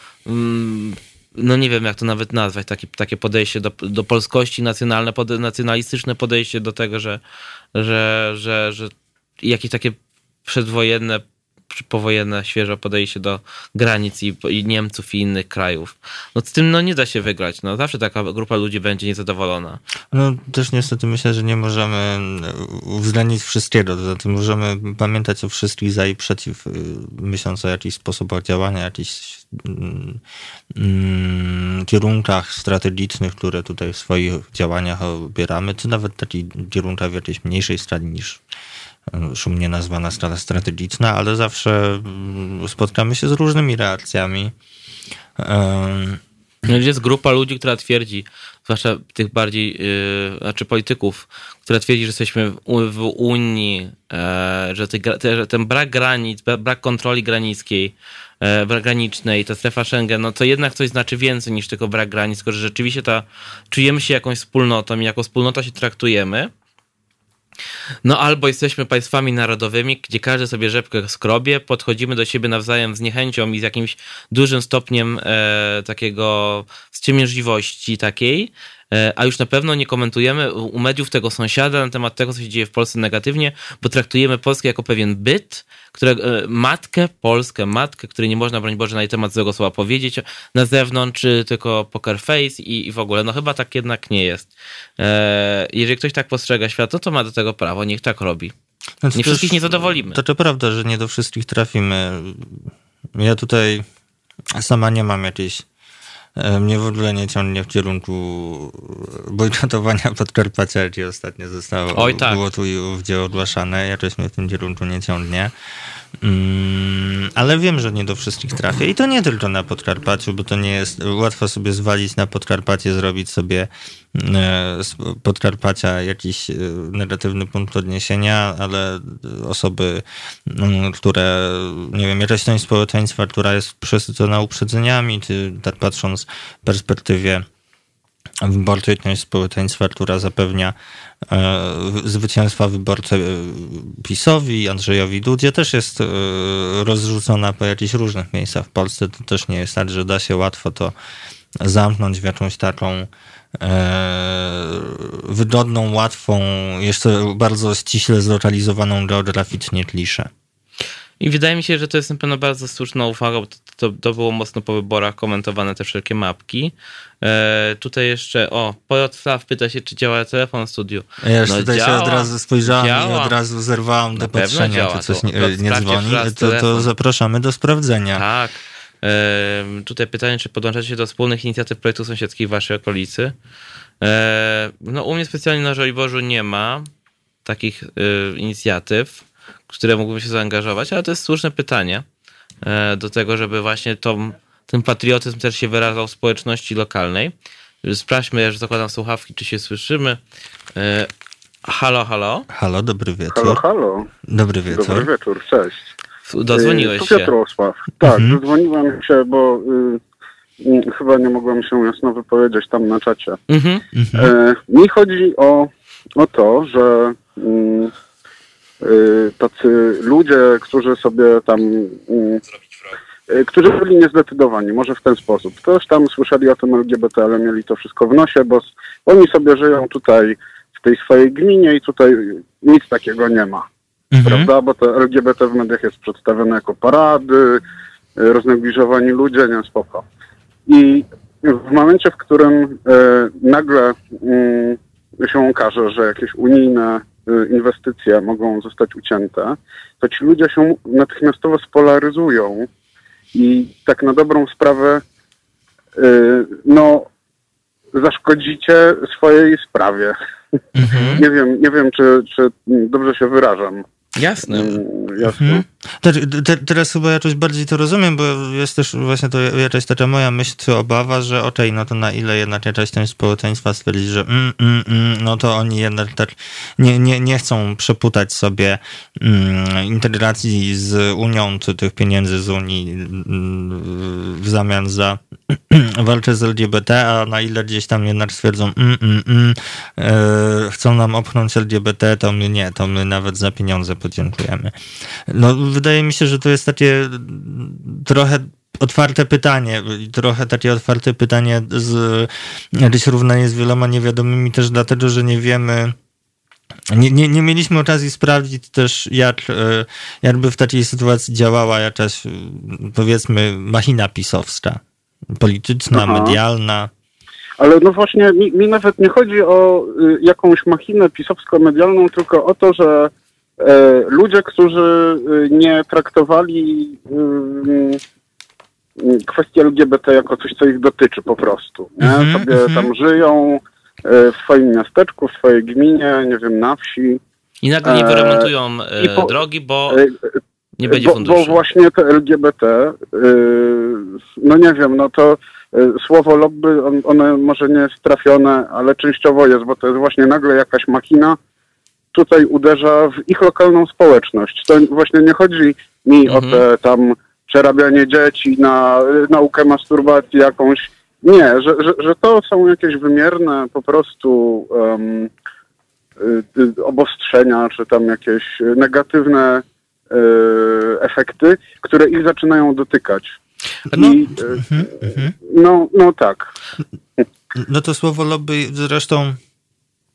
Speaker 1: no nie wiem jak to nawet nazwać, taki, takie podejście do, do polskości, nacjonalne, pode, nacjonalistyczne podejście do tego, że, że, że, że jakieś takie przedwojenne, powojenne, świeże podejście do granic i, i Niemców i innych krajów. No z tym no nie da się wygrać. No zawsze taka grupa ludzi będzie niezadowolona.
Speaker 3: No też niestety myślę, że nie możemy uwzględnić wszystkiego. To znaczy możemy pamiętać o wszystkich za i przeciw, myśląc o jakichś sposobach działania, jakichś mm, kierunkach strategicznych, które tutaj w swoich działaniach obieramy, czy nawet takich kierunkach w jakiejś mniejszej skali niż szumnie nazwana strata strategiczna, ale zawsze spotkamy się z różnymi reakcjami.
Speaker 1: No, jest grupa ludzi, która twierdzi, zwłaszcza tych bardziej, yy, znaczy polityków, która twierdzi, że jesteśmy w, w Unii, yy, że, ty, te, że ten brak granic, brak kontroli granickiej, yy, brak granicznej, ta strefa Schengen, no to jednak coś znaczy więcej niż tylko brak granic, tylko że rzeczywiście ta, czujemy się jakąś wspólnotą i jako wspólnota się traktujemy. No albo jesteśmy państwami narodowymi, gdzie każdy sobie rzepkę skrobie, podchodzimy do siebie nawzajem z niechęcią i z jakimś dużym stopniem e, takiego wstrzemięźliwości takiej, e, a już na pewno nie komentujemy u mediów tego sąsiada na temat tego, co się dzieje w Polsce negatywnie, bo traktujemy Polskę jako pewien byt, które, e, matkę, Polskę, matkę, której nie można, broń Boże, na jej temat złego słowa powiedzieć na zewnątrz, czy tylko poker face i, i w ogóle. No chyba tak jednak nie jest. E, jeżeli ktoś tak postrzega świat, to, to ma do tego prawo, niech tak robi. Znaczy, nie wszystkich nie zadowolimy.
Speaker 3: To to prawda, że nie do wszystkich trafimy. Ja tutaj Sama nie mam jakiejś, mnie w ogóle nie ciągnie w kierunku bojkotowania Podkarpacia, jakie ostatnio zostało,
Speaker 1: Oj, tak.
Speaker 3: było tu i ówdzie ogłaszane, jakoś mnie w tym kierunku nie ciągnie. Mm, ale wiem, że nie do wszystkich trafia i to nie tylko na Podkarpaciu, bo to nie jest łatwo sobie zwalić na Podkarpacie, zrobić sobie z Podkarpacia jakiś negatywny punkt odniesienia, ale osoby, które, nie wiem, jakaś część społeczeństwa, która jest przesycona uprzedzeniami, czy tak patrząc w perspektywie wyborczej, część społeczeństwa, która zapewnia e, zwycięstwa wyborcze PiS-owi, Andrzejowi Dudzie, też jest e, rozrzucona po jakichś różnych miejscach w Polsce. To też nie jest tak, że da się łatwo to zamknąć w jakąś taką e, wygodną, łatwą, jeszcze bardzo ściśle zlokalizowaną geograficznie kliszę.
Speaker 1: I wydaje mi się, że to jest na pewno bardzo słuszna uwaga, bo to, to, to było mocno po wyborach komentowane, te wszelkie mapki. E, tutaj jeszcze, o, Pojotslaw pyta się, czy działa telefon w studiu.
Speaker 3: Ja już
Speaker 1: no
Speaker 3: tutaj
Speaker 1: działa,
Speaker 3: się od razu spojrzałem
Speaker 1: działa.
Speaker 3: i od razu zerwałam do patrzenia, czy coś nie,
Speaker 1: to,
Speaker 3: nie dzwoni. To, to zapraszamy do sprawdzenia.
Speaker 1: Tak. E, tutaj pytanie, czy podłączacie się do wspólnych inicjatyw projektów sąsiedzkich w waszej okolicy. E, no u mnie specjalnie na Żoliborzu nie ma takich e, inicjatyw, które mógłbym się zaangażować, ale to jest słuszne pytanie do tego, żeby właśnie to, ten patriotyzm też się wyrażał w społeczności lokalnej. Sprawdźmy, ja już zakładam słuchawki, czy się słyszymy. Halo, halo.
Speaker 3: Halo, dobry wieczór.
Speaker 5: Halo, halo.
Speaker 3: Dobry wieczór.
Speaker 5: Dobry wieczór, cześć.
Speaker 1: Dozwoniłeś
Speaker 5: tu
Speaker 1: się.
Speaker 5: Piotrosław. Tak,
Speaker 3: Mhm.
Speaker 5: dozwoniłem się, bo y, y, chyba nie mogłem się jasno wypowiedzieć tam na czacie.
Speaker 1: Mhm.
Speaker 5: E, mi chodzi o, o to, że y, y, tacy ludzie, którzy sobie tam... Y, którzy byli niezdecydowani, może w ten sposób. Też tam słyszeli o tym L G B T, ale mieli to wszystko w nosie, bo oni sobie żyją tutaj w tej swojej gminie i tutaj nic takiego nie ma. Mhm. Prawda? Bo to L G B T w mediach jest przedstawione jako parady, roznegliżowani ludzie, nie, spoko. I w momencie, w którym e, nagle e, się okaże, że jakieś unijne e, inwestycje mogą zostać ucięte, to ci ludzie się natychmiastowo spolaryzują i tak na dobrą sprawę e, no zaszkodzicie swojej sprawie. Mhm. Nie wiem, nie wiem czy, czy dobrze się wyrażam.
Speaker 1: Jasne.
Speaker 5: Jasne.
Speaker 3: Mhm. Te, te, teraz chyba jakoś bardziej to rozumiem, bo jest też właśnie to jakaś taka moja myśl czy obawa, że okej, okay, no to na ile jednak jakaś część społeczeństwa stwierdzi, że mm, mm, mm, no to oni jednak tak nie, nie, nie chcą przeputać sobie mm, integracji z Unią, czy tych pieniędzy z Unii mm, w zamian za walkę z L G B T, a na ile gdzieś tam jednak stwierdzą mm, mm, mm, e, chcą nam opchnąć L G B T, to my nie, to my nawet za pieniądze podziękujemy. No wydaje mi się, że to jest takie trochę otwarte pytanie, trochę takie otwarte pytanie z jakieś równanie z wieloma niewiadomymi też dlatego, że nie wiemy, nie, nie, nie mieliśmy okazji sprawdzić też jak, jakby w takiej sytuacji działała jakaś, powiedzmy, machina pisowska, polityczna, Aha. medialna.
Speaker 5: Ale no właśnie mi, mi nawet nie chodzi o y, jakąś machinę pisowsko-medialną, tylko o to, że e, ludzie, którzy y, nie traktowali y, y, kwestii L G B T jako coś, co ich dotyczy po prostu. Nie? Mm-hmm, sobie mm-hmm. tam żyją y, w swoim miasteczku, w swojej gminie, nie wiem, na wsi.
Speaker 1: I nagle nie wyremontują e, po, drogi, bo y, nie będzie
Speaker 5: bo,
Speaker 1: funduszy.
Speaker 5: Bo właśnie te L G B T, y, no nie wiem, no to słowo lobby, on, one może nie jest trafione, ale częściowo jest, bo to jest właśnie nagle jakaś machina, tutaj uderza w ich lokalną społeczność. To właśnie nie chodzi mi mhm. o te tam przerabianie dzieci na naukę masturbacji jakąś. Nie, że, że, że to są jakieś wymierne po prostu um, y, obostrzenia, czy tam jakieś negatywne y, efekty, które ich zaczynają dotykać.
Speaker 3: No,
Speaker 5: I,
Speaker 3: mm, mm.
Speaker 5: no, no tak.
Speaker 3: No to słowo lobby zresztą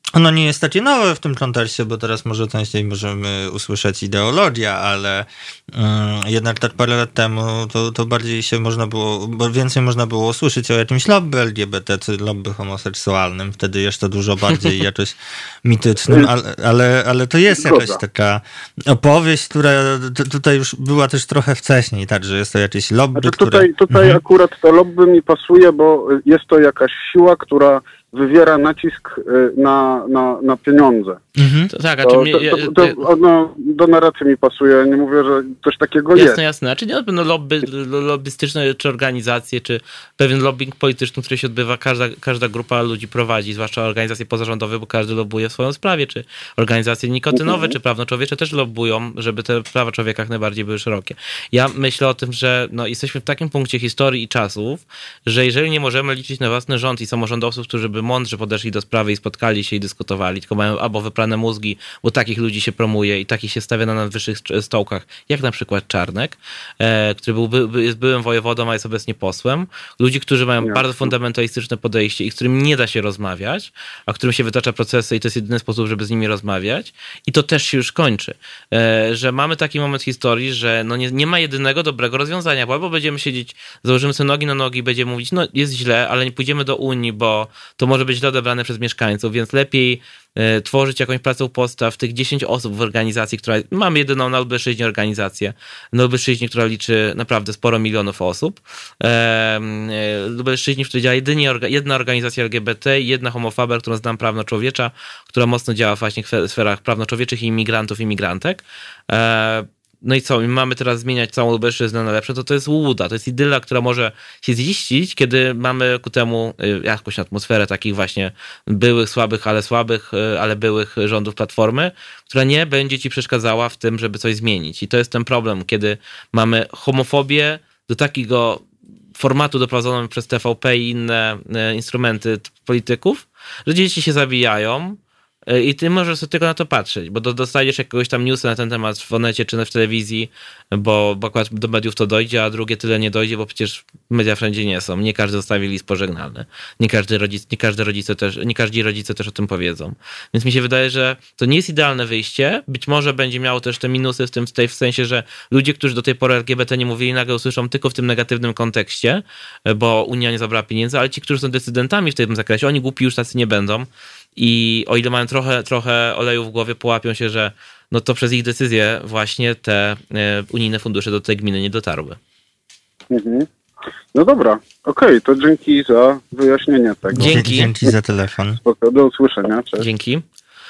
Speaker 3: ono nie jest takie nowe w tym kontekście, bo teraz może częściej możemy usłyszeć ideologia, ale um, jednak tak parę lat temu to, to bardziej się można było, bo więcej można było usłyszeć o jakimś lobby L G B T, czy lobby homoseksualnym, wtedy jeszcze dużo bardziej jakoś mitycznym, ale, ale, ale to jest jakaś taka opowieść, która t- tutaj już była też trochę wcześniej, tak, że jest to jakieś lobby,
Speaker 5: Znaczy,
Speaker 3: które...
Speaker 5: Tutaj, tutaj mhm. akurat to lobby mi pasuje, bo jest to jakaś siła, która wywiera nacisk na, na, na pieniądze.
Speaker 1: Mhm. To, tak, a
Speaker 5: to,
Speaker 1: czy mnie,
Speaker 5: to, to, to no, do narracji mi pasuje, nie mówię, że coś takiego
Speaker 1: jasne,
Speaker 5: jest.
Speaker 1: Jasne, jasne. Czy nie na pewno lobby, lobbystyczne, czy organizacje, czy pewien lobbying polityczny, który się odbywa, każda, każda grupa ludzi prowadzi, zwłaszcza organizacje pozarządowe, bo każdy lobbuje w swoją sprawie, czy organizacje nikotynowe, mhm. czy prawno-człowiecze też lobbują, żeby te prawa człowieka jak najbardziej były szerokie. Ja myślę o tym, że no, jesteśmy w takim punkcie historii i czasów, że jeżeli nie możemy liczyć na własny rząd i samorządowców, którzy by mądrze podeszli do sprawy i spotkali się i dyskutowali, tylko mają albo wyprane mózgi, bo takich ludzi się promuje i takich się stawia na najwyższych stołkach, jak na przykład Czarnek, e, który był, by, jest byłym wojewodą, a jest obecnie posłem. Ludzi, którzy mają ja. bardzo fundamentalistyczne podejście i z którym nie da się rozmawiać, a którym się wytacza procesy i to jest jedyny sposób, żeby z nimi rozmawiać. I to też się już kończy. E, że mamy taki moment historii, że no nie, nie ma jedynego dobrego rozwiązania, bo albo będziemy siedzieć, założymy sobie nogi na nogi i będziemy mówić, no jest źle, ale nie pójdziemy do Unii, bo to może być źle odebrane przez mieszkańców, więc lepiej y, tworzyć jakąś pracę podstaw, tych dziesięć osób w organizacji, która, mamy jedyną na Lubelszczyźnie organizację, na Lubelszczyźnie, która liczy naprawdę sporo milionów osób. E, y, Lubelszczyźnie, w której działa jedynie orga, jedna organizacja L G B T, jedna homofaber, którą znam, prawno-człowiecza, która mocno działa właśnie w sferach prawno-człowieczych i imigrantów, imigrantek. E, No i co, my mamy teraz zmieniać całą Lubelszczyznę na lepsze, to to jest łuda, to jest idyla, która może się ziścić, kiedy mamy ku temu jakąś atmosferę takich właśnie byłych, słabych, ale słabych, ale byłych rządów Platformy, która nie będzie ci przeszkadzała w tym, żeby coś zmienić. I to jest ten problem, kiedy mamy homofobię do takiego formatu doprowadzoną przez T V P i inne instrumenty polityków, że dzieci się zabijają, i ty możesz sobie tylko na to patrzeć, bo dostajesz jakiegoś tam newsa na ten temat w Onecie czy w telewizji, bo, bo akurat do mediów to dojdzie, a drugie tyle nie dojdzie, bo przecież media wszędzie nie są. Nie każdy zostawi list pożegnalny. Nie każdy rodzic, nie każdy rodzice też, nie każdi rodzice też o tym powiedzą. Więc mi się wydaje, że to nie jest idealne wyjście. Być może będzie miało też te minusy w tym w tej w sensie, że ludzie, którzy do tej pory L G B T nie mówili, nagle usłyszą tylko w tym negatywnym kontekście, bo Unia nie zabrała pieniędzy, ale ci, którzy są decydentami w tym zakresie, oni głupi już tacy nie będą. I o ile mają trochę, trochę oleju w głowie, połapią się, że no to przez ich decyzję właśnie te e, unijne fundusze do tej gminy nie dotarły.
Speaker 5: Mhm. No dobra, okej, okay, to dzięki za wyjaśnienie tego.
Speaker 1: Dzięki.
Speaker 3: Dzięki za telefon.
Speaker 5: Spoko, do usłyszenia. Cześć.
Speaker 1: Dzięki.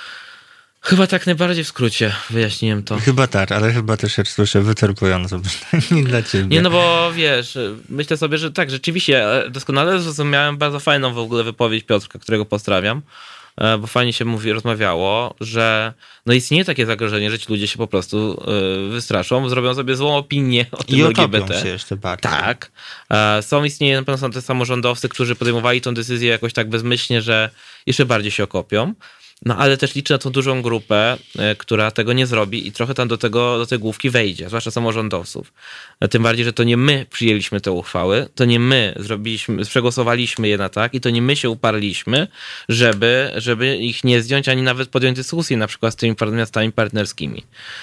Speaker 1: Chyba tak najbardziej w skrócie wyjaśniłem to.
Speaker 3: Chyba tak, ale chyba też jak słyszę wyczerpująco dla ciebie.
Speaker 1: Nie, no bo wiesz, myślę sobie, że tak, rzeczywiście doskonale zrozumiałem bardzo fajną w ogóle wypowiedź Piotrka, którego pozdrawiam, bo fajnie się mówi, rozmawiało, że no istnieje takie zagrożenie, że ci ludzie się po prostu wystraszą, zrobią sobie złą opinię o tym
Speaker 3: I
Speaker 1: L G B T.
Speaker 3: utopią się jeszcze bardziej.
Speaker 1: Tak. Są istnieje, na pewno są te samorządowcy, którzy podejmowali tą decyzję jakoś tak bezmyślnie, że jeszcze bardziej się okopią. No ale też liczę na tą dużą grupę, która tego nie zrobi i trochę tam do tego, do tej główki wejdzie, zwłaszcza samorządowców. Tym bardziej, że to nie my przyjęliśmy te uchwały, to nie my zrobiliśmy, przegłosowaliśmy je na tak i to nie my się uparliśmy, żeby, żeby ich nie zdjąć, ani nawet podjąć dyskusję na przykład z tymi miastami partnerskimi.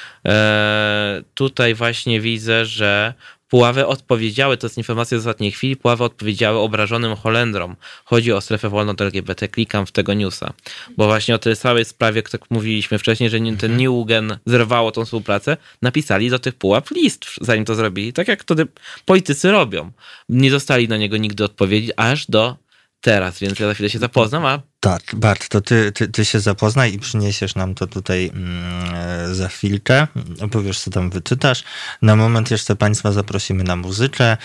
Speaker 1: Eee, tutaj właśnie widzę, że Puławy odpowiedziały, to jest informacja z ostatniej chwili, Puławy odpowiedziały obrażonym Holendrom. Chodzi o strefę wolną do L G B T. Klikam w tego newsa. Bo właśnie o tej całej sprawie, jak mówiliśmy wcześniej, że ten Nieugen zerwało tą współpracę, napisali do tych Puław list, zanim to zrobili. Tak jak to politycy robią. Nie dostali na niego nigdy odpowiedzi, aż do teraz, więc ja za chwilę się zapoznam, a...
Speaker 3: Tak, Bart, to ty, ty, ty się zapoznaj i przyniesiesz nam to tutaj mm, za chwilkę. Opowiesz, co tam wyczytasz. Na moment jeszcze państwa zaprosimy na muzykę.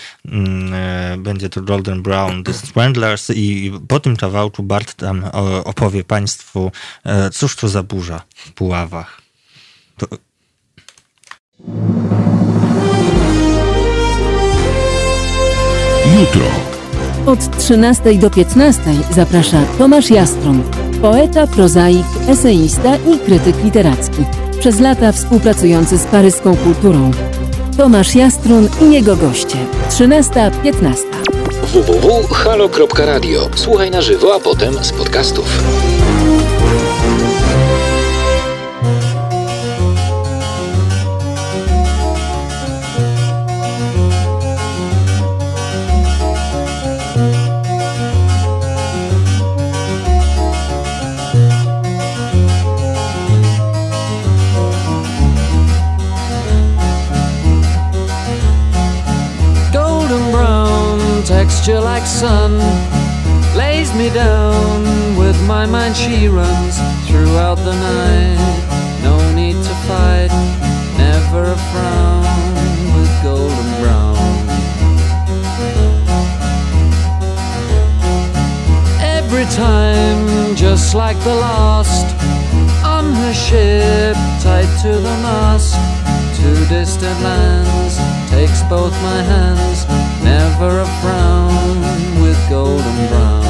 Speaker 3: Mm, będzie to Golden Brown, The Stranglers i po tym kawałku Bart tam opowie państwu, cóż to za burza w Puławach. To...
Speaker 4: Jutro.
Speaker 2: Od trzynastej do piętnastej zaprasza Tomasz Jastrąb, poeta, prozaik, eseista i krytyk literacki. Przez lata współpracujący z paryską kulturą. Tomasz Jastrun i jego goście. trzynasta piętnasta.
Speaker 6: w w w kropka halo kropka radio. Słuchaj na żywo, a potem z podcastów. moisture like sun lays me down. With my mind she runs throughout the night. No need to fight, never a frown, with golden brown. Every time, just like the last, on her ship, tied to the mast, to distant lands, takes both my hands, never a frown, with golden brown.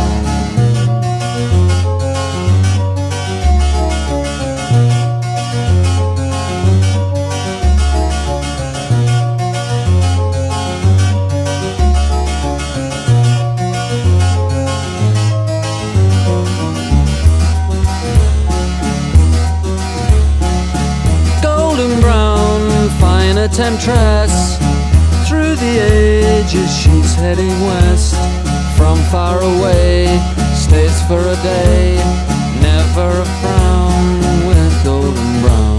Speaker 6: A temptress, through the ages she's heading west. From far away, stays for a day, never a frown, with golden brown.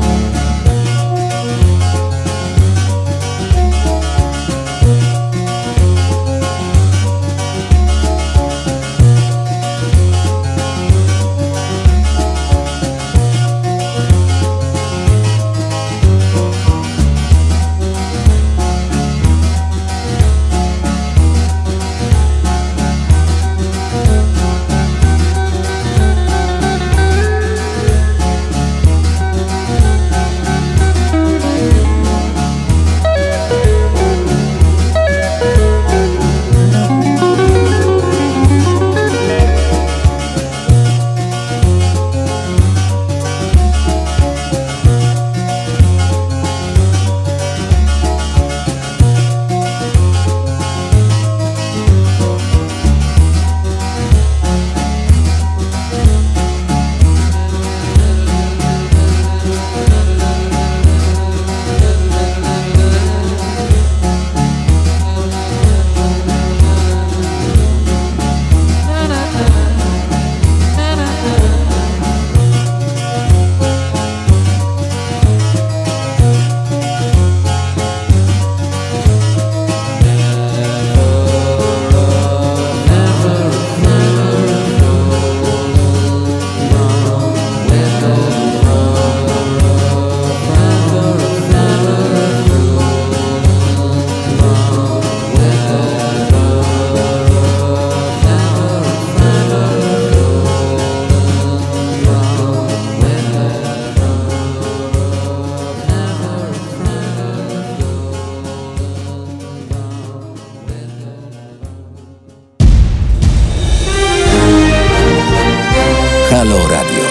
Speaker 4: Halo Radio.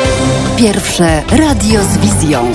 Speaker 2: Pierwsze radio z wizją.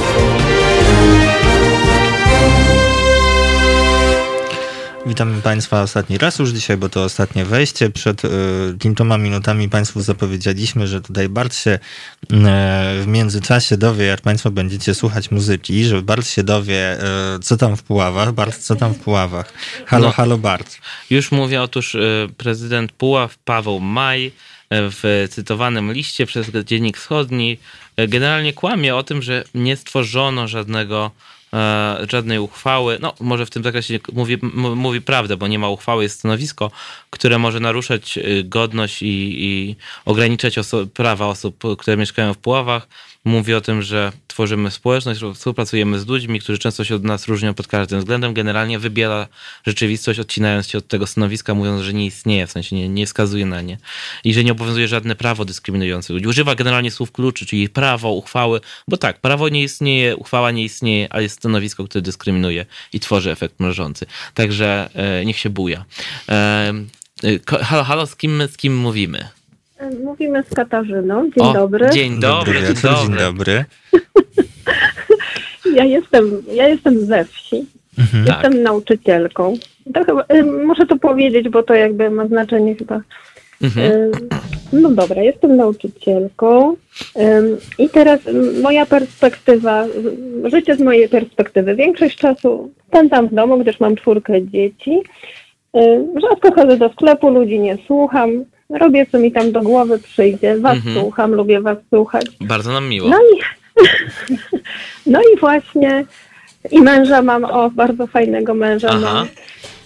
Speaker 3: Witamy Państwa ostatni raz już dzisiaj, bo to ostatnie wejście. Przed y, kilkoma minutami Państwu zapowiedzieliśmy, że tutaj Bart się y, w międzyczasie dowie, jak Państwo będziecie słuchać muzyki, że Bart się dowie, y, co tam w Puławach. Bart, co tam w Puławach? Halo, no, halo Bart.
Speaker 1: Już mówię, otóż y, prezydent Puław Paweł Maj w cytowanym liście przez Dziennik Wschodni generalnie kłamie o tym, że nie stworzono żadnego żadnej uchwały, no może w tym zakresie mówi, mówi prawdę, bo nie ma uchwały, jest stanowisko, które może naruszać godność i, i ograniczać oso- prawa osób, które mieszkają w Puławach. Mówi o tym, że tworzymy społeczność, współpracujemy z ludźmi, którzy często się od nas różnią pod każdym względem. Generalnie wybiera rzeczywistość, odcinając się od tego stanowiska, mówiąc, że nie istnieje, w sensie nie, nie wskazuje na nie i że nie obowiązuje żadne prawo dyskryminujące ludzi. Używa generalnie słów kluczy, czyli prawo, uchwały, bo tak, prawo nie istnieje, uchwała nie istnieje, ale jest stanowisko, które dyskryminuje i tworzy efekt mrożący. Także e, niech się buja. E, e, halo, halo, z kim, z kim mówimy?
Speaker 7: Mówimy z Katarzyną. Dzień
Speaker 1: o,
Speaker 7: dobry.
Speaker 1: Dzień dobry.
Speaker 3: Dobry wieczór,
Speaker 1: dobry.
Speaker 3: dzień dobry.
Speaker 7: Ja jestem, ja jestem ze wsi. Mhm. Jestem tak. nauczycielką. To chyba, muszę to powiedzieć, bo to jakby ma znaczenie chyba. Mhm. No dobra, jestem nauczycielką i teraz moja perspektywa, życie z mojej perspektywy. Większość czasu spędzam w domu, gdyż mam czwórkę dzieci. Rzadko chodzę do sklepu, ludzi nie słucham. Robię, co mi tam do głowy przyjdzie. Was mhm. słucham, lubię was słuchać.
Speaker 1: Bardzo nam miło.
Speaker 7: No i, no i właśnie i męża mam, o, bardzo fajnego męża Aha. mam.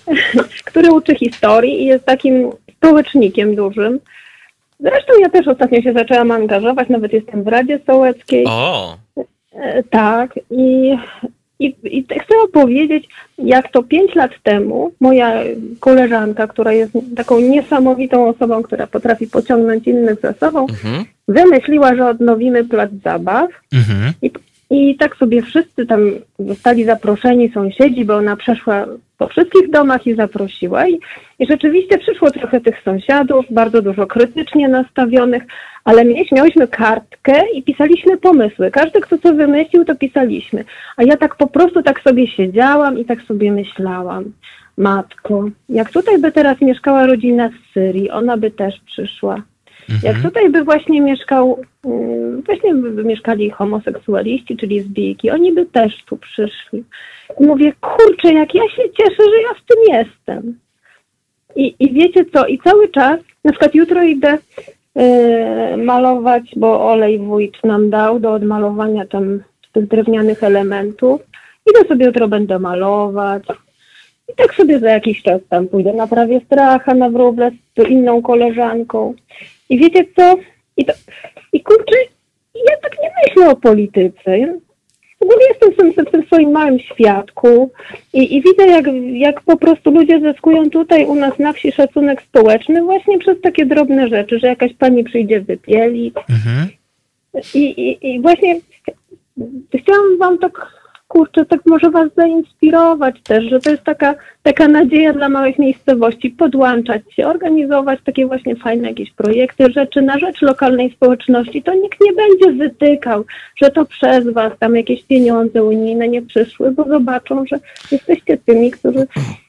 Speaker 7: który uczy historii i jest takim społecznikiem dużym. Zresztą ja też ostatnio się zaczęłam angażować, nawet jestem w Radzie Sołeckiej.
Speaker 1: O!
Speaker 7: Tak, i, i, i chcę opowiedzieć, jak to pięć lat temu moja koleżanka, która jest taką niesamowitą osobą, która potrafi pociągnąć innych za sobą, mhm. wymyśliła, że odnowimy plac zabaw. Mhm. I, I tak sobie wszyscy tam zostali zaproszeni, sąsiedzi, bo ona przeszła po wszystkich domach i zaprosiła. I, I rzeczywiście przyszło trochę tych sąsiadów, bardzo dużo krytycznie nastawionych, ale mieliśmy, miałyśmy kartkę i pisaliśmy pomysły. Każdy, kto co wymyślił, to pisaliśmy. A ja tak po prostu tak sobie siedziałam i tak sobie myślałam. Matko, jak tutaj by teraz mieszkała rodzina z Syrii, ona by też przyszła. Jak tutaj by właśnie mieszkał, właśnie by mieszkali homoseksualiści, czyli zbijki, oni by też tu przyszli. I mówię, kurczę, jak ja się cieszę, że ja w tym jestem. I, i wiecie co, i cały czas, na przykład jutro idę yy, malować, bo olej wójt nam dał do odmalowania tam tych drewnianych elementów. Idę sobie jutro, będę malować. I tak sobie za jakiś czas tam pójdę na prawie stracha, na wróble z inną koleżanką. I wiecie co? I, to, i kurczę, ja tak nie myślę o polityce. Ja w ogóle jestem w tym, w tym swoim małym światku i, i widzę, jak, jak po prostu ludzie zyskują tutaj u nas na wsi szacunek społeczny właśnie przez takie drobne rzeczy, że jakaś pani przyjdzie wypielić. Mhm. I, i, I właśnie chciałam wam tak... Kurczę, tak może was zainspirować też, że to jest taka, taka nadzieja dla małych miejscowości, podłączać się, organizować takie właśnie fajne jakieś projekty, rzeczy na rzecz lokalnej społeczności. To nikt nie będzie wytykał, że to przez was tam jakieś pieniądze unijne nie przyszły, bo zobaczą, że jesteście tymi, którzy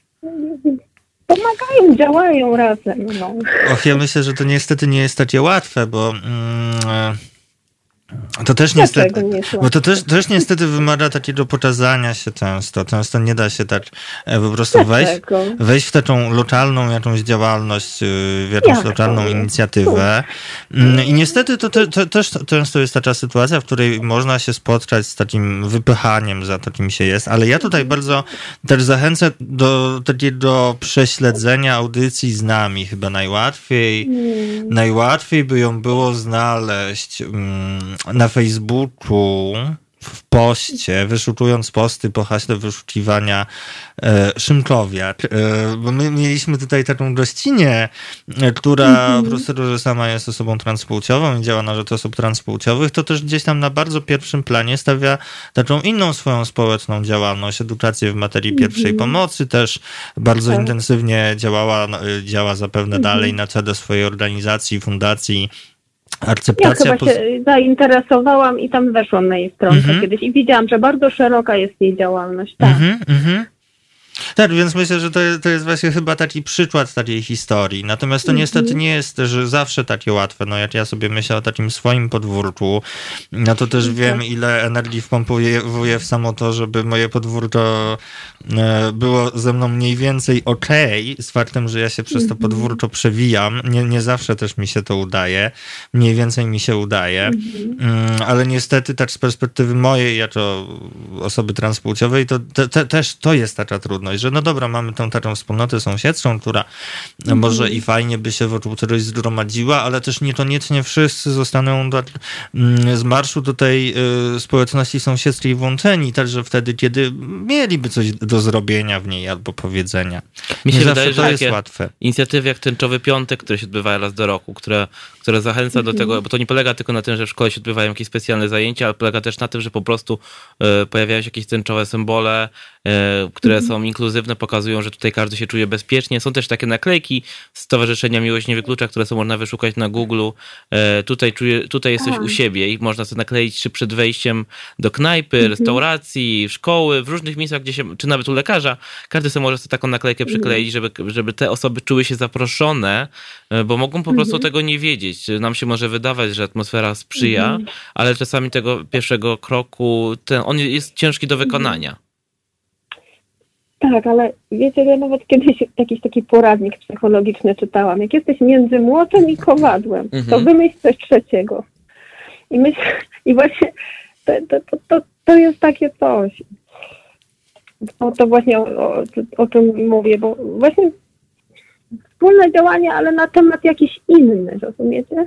Speaker 7: pomagają, działają razem. No.
Speaker 3: Och, ja myślę, że to niestety nie jest takie łatwe, bo... Mm, To też niestety, bo to też, też niestety wymaga takiego pokazania się często. Często nie da się tak po prostu wejść, wejść w taką lokalną jakąś działalność, w jakąś Jak lokalną to? inicjatywę. I niestety to, te, to też często jest taka sytuacja, w której można się spotkać z takim wypychaniem, za to kim się jest, ale ja tutaj bardzo też zachęcę do takiego prześledzenia audycji z nami. Chyba najłatwiej, hmm. najłatwiej by ją było znaleźć na Facebooku, w poście, wyszukując posty po haśle wyszukiwania e, Szymkowiak. E, bo my mieliśmy tutaj taką gościnę, e, która mm-hmm. oprócz tego, że sama jest osobą transpłciową i działa na rzecz osób transpłciowych, to też gdzieś tam na bardzo pierwszym planie stawia taką inną swoją społeczną działalność, edukację w materii pierwszej mm-hmm. pomocy, też bardzo tak. intensywnie działała, działa zapewne mm-hmm. dalej na czele swojej organizacji, fundacji. Akceptacja
Speaker 7: ja chyba się poz... zainteresowałam i tam weszłam na jej stronkę mm-hmm. kiedyś i widziałam, że bardzo szeroka jest jej działalność. Tak. Mm-hmm, mm-hmm.
Speaker 3: Tak, więc myślę, że to jest, to jest właśnie chyba taki przykład takiej historii. Natomiast to mm-hmm. niestety nie jest też zawsze takie łatwe. No jak ja sobie myślę o takim swoim podwórku, no to też mm-hmm. wiem, ile energii wpompuję w samo to, żeby moje podwórko było ze mną mniej więcej okej, okay, z faktem, że ja się przez to podwórko przewijam. Nie, nie zawsze też mi się to udaje. Mniej więcej mi się udaje. Mm-hmm. Ale niestety tak z perspektywy mojej, jako osoby transpłciowej, to te, te, też to jest taka trudność, że no dobra, mamy tą taką wspólnotę sąsiedzką, która mm-hmm. może i fajnie by się wokół czegoś zgromadziła, ale też niekoniecznie wszyscy zostaną do, mm, z marszu do tej y, społeczności sąsiedzkiej włączeni, także wtedy, kiedy mieliby coś do zrobienia w niej albo powiedzenia.
Speaker 1: Mi się
Speaker 3: nie
Speaker 1: wydaje,
Speaker 3: że
Speaker 1: to
Speaker 3: jest
Speaker 1: takie
Speaker 3: łatwe.
Speaker 1: Inicjatywy jak Tęczowy Piątek, które się odbywają raz do roku, które, które zachęca mm-hmm. do tego, bo to nie polega tylko na tym, że w szkole się odbywają jakieś specjalne zajęcia, ale polega też na tym, że po prostu y, pojawiają się jakieś tęczowe symbole, y, które mm-hmm. są inkluzywne, pokazują, że tutaj każdy się czuje bezpiecznie. Są też takie naklejki Stowarzyszenia Miłość Nie Wyklucza, które są można wyszukać na Google. Y, tutaj, czuję, tutaj jesteś u siebie i można sobie nakleić czy przed wejściem do knajpy, mm-hmm. restauracji, szkoły, w różnych miejscach, gdzie się, czy nawet u lekarza. Każdy sobie może sobie taką naklejkę przykleić, żeby, żeby te osoby czuły się zaproszone, bo mogą po prostu mm-hmm. tego nie wiedzieć. Nam się może wydawać, że atmosfera sprzyja, mm-hmm. ale czasami tego pierwszego kroku, ten, on jest ciężki do wykonania.
Speaker 7: Tak, ale wiecie, że nawet kiedyś jakiś taki poradnik psychologiczny czytałam. Jak jesteś między młotem i kowadłem, mm-hmm. to wymyśl coś trzeciego. I myślę, i właśnie to, to, to, to jest takie coś. o to właśnie o, o, o czym mówię, bo właśnie wspólne działanie, ale na temat jakiś inny, rozumiecie?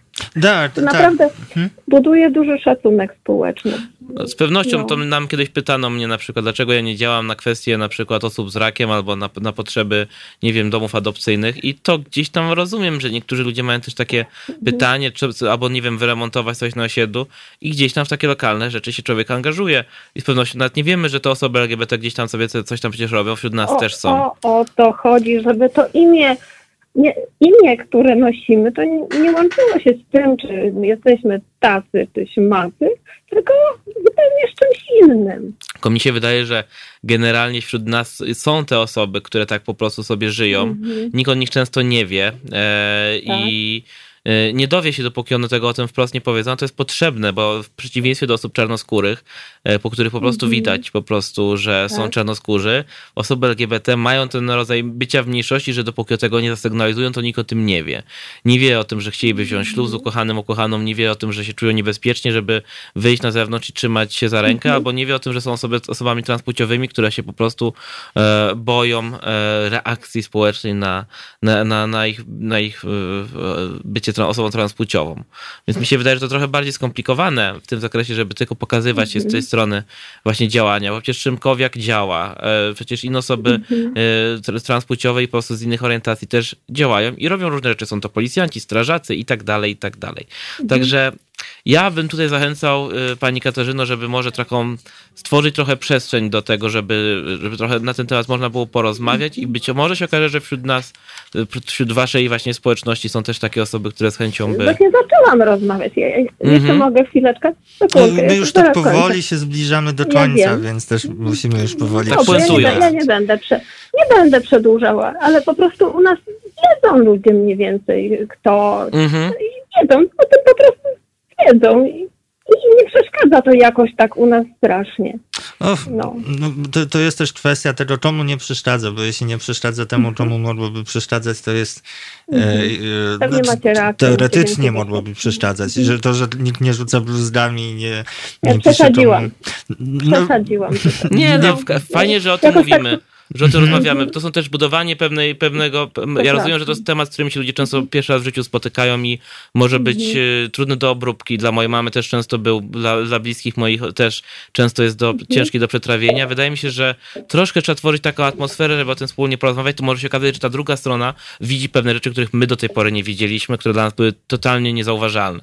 Speaker 3: Da,
Speaker 7: to naprawdę hmm? buduje duży szacunek społeczny.
Speaker 1: No, z pewnością
Speaker 7: no.
Speaker 1: to nam kiedyś pytano mnie na przykład, dlaczego ja nie działam na kwestie na przykład osób z rakiem albo na, na potrzeby, nie wiem, domów adopcyjnych i to gdzieś tam rozumiem, że niektórzy ludzie mają też takie pytanie, czy, albo nie wiem, wyremontować coś na osiedlu i gdzieś tam w takie lokalne rzeczy się człowiek angażuje i z pewnością nawet nie wiemy, że te osoby L G B T gdzieś tam sobie coś tam przecież robią, wśród nas
Speaker 7: o,
Speaker 1: też są.
Speaker 7: O, o to chodzi, żeby to imię Nie, imię, które nosimy, to nie, nie łączyło się z tym, czy jesteśmy tacy, czy śmacy, tylko zupełnie z czymś innym.
Speaker 1: Tylko mi się wydaje, że generalnie wśród nas są te osoby, które tak po prostu sobie żyją. Mm-hmm. Nikt o nich często nie wie e, tak. i nie dowie się, dopóki one tego o tym wprost nie powiedzą. To jest potrzebne, bo w przeciwieństwie do osób czarnoskórych, po których po prostu mm-hmm. widać po prostu, że tak. są czarnoskórzy, osoby L G B T mają ten rodzaj bycia w mniejszości, że dopóki tego nie zasygnalizują, to nikt o tym nie wie. Nie wie o tym, że chcieliby wziąć ślub z ukochanym, ukochaną, nie wie o tym, że się czują niebezpiecznie, żeby wyjść na zewnątrz i trzymać się za rękę, mm-hmm. albo nie wie o tym, że są osoby, osobami transpłciowymi, które się po prostu e, boją e, reakcji społecznej na, na, na, na ich, na ich e, bycie osobą transpłciową. Więc mi się wydaje, że to trochę bardziej skomplikowane w tym zakresie, żeby tylko pokazywać się z tej strony właśnie działania, bo przecież Szymkowiak działa, przecież inne osoby transpłciowe i po prostu z innych orientacji też działają i robią różne rzeczy. Są to policjanci, strażacy i tak dalej, i tak dalej. Także ja bym tutaj zachęcał pani Katarzyno, żeby może taką stworzyć trochę przestrzeń do tego, żeby, żeby trochę na ten temat można było porozmawiać i być może się okaże, że wśród nas, wśród waszej właśnie społeczności są też takie osoby, które z chęcią by...
Speaker 7: Właśnie zaczęłam rozmawiać. Ja jeszcze mm-hmm. mogę chwileczkę?
Speaker 3: Sekundę, My już tak powoli końca. się zbliżamy do końca, ja więc też musimy już powoli...
Speaker 1: Tak
Speaker 7: ja, nie, ja nie będę, prze, nie będę przedłużała, ale po prostu u nas wiedzą ludzie mniej więcej kto... Mm-hmm. Wiedzą, o tym po prostu wiedzą i, i nie przeszkadza to jakoś tak u nas strasznie.
Speaker 3: O, no. No, to, to jest też kwestia tego, czemu nie przeszkadza, bo jeśli nie przeszkadza temu, czemu mogłoby przeszkadzać, to jest
Speaker 7: mm-hmm. e, znaczy, macie rację,
Speaker 3: teoretycznie mogłoby przeszkadzać. Mm-hmm. Że to, że nikt nie rzuca bluzdami, nie, nie
Speaker 7: ja przesadziłam. No, przesadziłam.
Speaker 1: Nie, no, fajnie, że o tym mówimy. Tak... że o tym rozmawiamy. To są też budowanie pewnej, pewnego... Ja rozumiem, że to jest temat, z którym się ludzie często pierwszy raz w życiu spotykają i może być mm. trudny do obróbki. Dla mojej mamy też często był, dla, dla bliskich moich też często jest do, ciężki do przetrawienia. Wydaje mi się, że troszkę trzeba tworzyć taką atmosferę, żeby o tym wspólnie porozmawiać. To może się okazać, że ta druga strona widzi pewne rzeczy, których my do tej pory nie widzieliśmy, które dla nas były totalnie niezauważalne.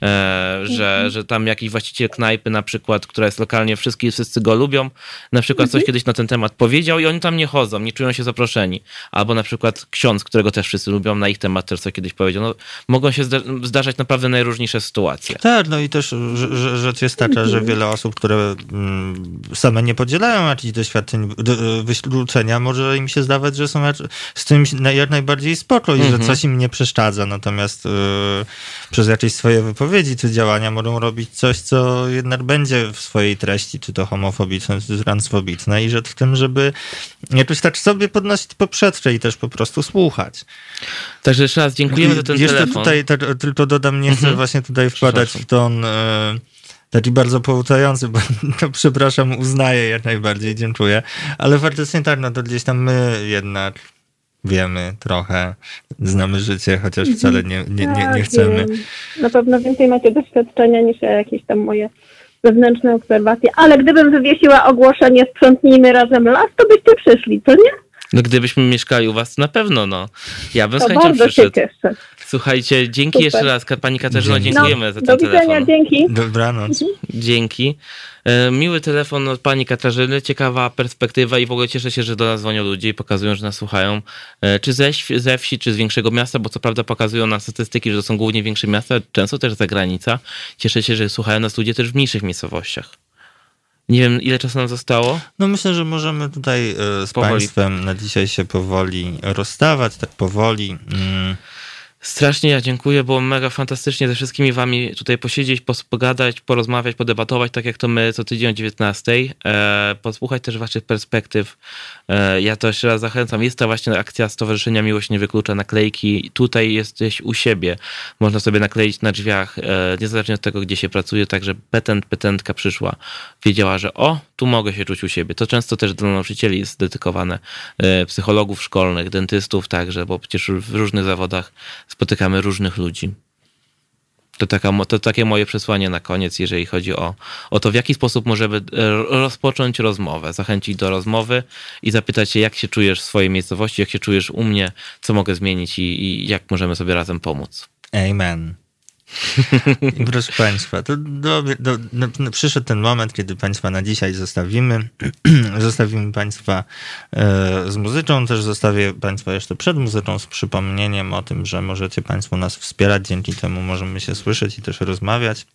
Speaker 1: E, że, mm. że tam jakiś właściciel knajpy na przykład, która jest lokalnie, wszyscy, wszyscy go lubią, na przykład coś kiedyś na ten temat powiedział i oni tam nie chodzą, nie czują się zaproszeni. Albo na przykład ksiądz, którego też wszyscy lubią, na ich temat też co kiedyś powiedział. No, mogą się zda- zdarzać naprawdę najróżniejsze sytuacje.
Speaker 3: Tak, no i też rzecz jest taka, że wiele osób, które mm, same nie podzielają jakichś doświadczeń wykluczenia, może im się zdawać, że są z tym jak najbardziej spoko i mm-hmm. że coś im nie przeszkadza. Natomiast yy, przez jakieś swoje wypowiedzi czy działania mogą robić coś, co jednak będzie w swojej treści, czy to homofobiczne, czy transfobiczne i rzecz w tym, żeby jakoś tak sobie podnosić poprzeczkę i też po prostu słuchać.
Speaker 1: Także jeszcze raz dziękujemy I, za ten
Speaker 3: jeszcze
Speaker 1: telefon.
Speaker 3: Tutaj tak, tylko dodam, nie chcę mm-hmm. właśnie tutaj wpadać w ton e, taki bardzo pouczający, bo to przepraszam, uznaję jak najbardziej, dziękuję. Ale faktycznie tak, no to gdzieś tam my jednak wiemy trochę, znamy życie, chociaż wcale nie, nie, nie, nie chcemy.
Speaker 7: Na pewno więcej macie doświadczenia niż jakieś tam moje wewnętrzne obserwacje, ale gdybym wywiesiła ogłoszenie sprzątnijmy razem las, to byście przyszli, co nie?
Speaker 1: No gdybyśmy mieszkali u was, to na pewno, no. Ja bym
Speaker 7: to
Speaker 1: z chęcią
Speaker 7: bardzo
Speaker 1: przyszedł.
Speaker 7: Się cieszę.
Speaker 1: Słuchajcie, dzięki Super. jeszcze raz, pani Katarzyno,
Speaker 3: Dzięki.
Speaker 1: dziękujemy
Speaker 7: no,
Speaker 1: za ten
Speaker 7: do widzenia,
Speaker 1: telefon.
Speaker 7: dzięki.
Speaker 3: Dobranoc.
Speaker 7: Mhm.
Speaker 1: Dzięki. Miły telefon od pani Katarzyny, ciekawa perspektywa i w ogóle cieszę się, że do nas dzwonią ludzie i pokazują, że nas słuchają. Czy ze, ze wsi, czy z większego miasta, bo co prawda pokazują nam statystyki, że to są głównie większe miasta, często też zagranica. Cieszę się, że słuchają nas ludzie też w mniejszych miejscowościach. Nie wiem, ile czasu nam zostało?
Speaker 3: No myślę, że możemy tutaj y, z powoli. Państwem na dzisiaj się powoli rozstawać, tak powoli. Mm.
Speaker 1: Strasznie ja dziękuję, było mega fantastycznie ze wszystkimi wami tutaj posiedzieć, pogadać, porozmawiać, podebatować, tak jak to my co tydzień o dziewiętnastej. E, posłuchać też waszych perspektyw. E, ja to jeszcze raz zachęcam. Jest ta właśnie akcja Stowarzyszenia Miłość Nie Wyklucza, naklejki. Tutaj jesteś u siebie. Można sobie nakleić na drzwiach, e, niezależnie od tego, gdzie się pracuje, tak że petent, petentka przyszła, wiedziała, że o, tu mogę się czuć u siebie. To często też dla nauczycieli jest dedykowane, e, psychologów szkolnych, dentystów także, bo przecież w różnych zawodach spotykamy różnych ludzi. To, taka, to takie moje przesłanie na koniec, jeżeli chodzi o, o to, w jaki sposób możemy rozpocząć rozmowę, zachęcić do rozmowy i zapytać się, jak się czujesz w swojej miejscowości, jak się czujesz u mnie, co mogę zmienić i, i jak możemy sobie razem pomóc.
Speaker 3: Amen. I proszę Państwa, to do, do, do, przyszedł ten moment, kiedy Państwa na dzisiaj zostawimy. Zostawimy Państwa e, z muzyczą, też zostawię Państwa jeszcze przed muzyczą z przypomnieniem o tym, że możecie Państwo nas wspierać, dzięki temu możemy się słyszeć i też rozmawiać.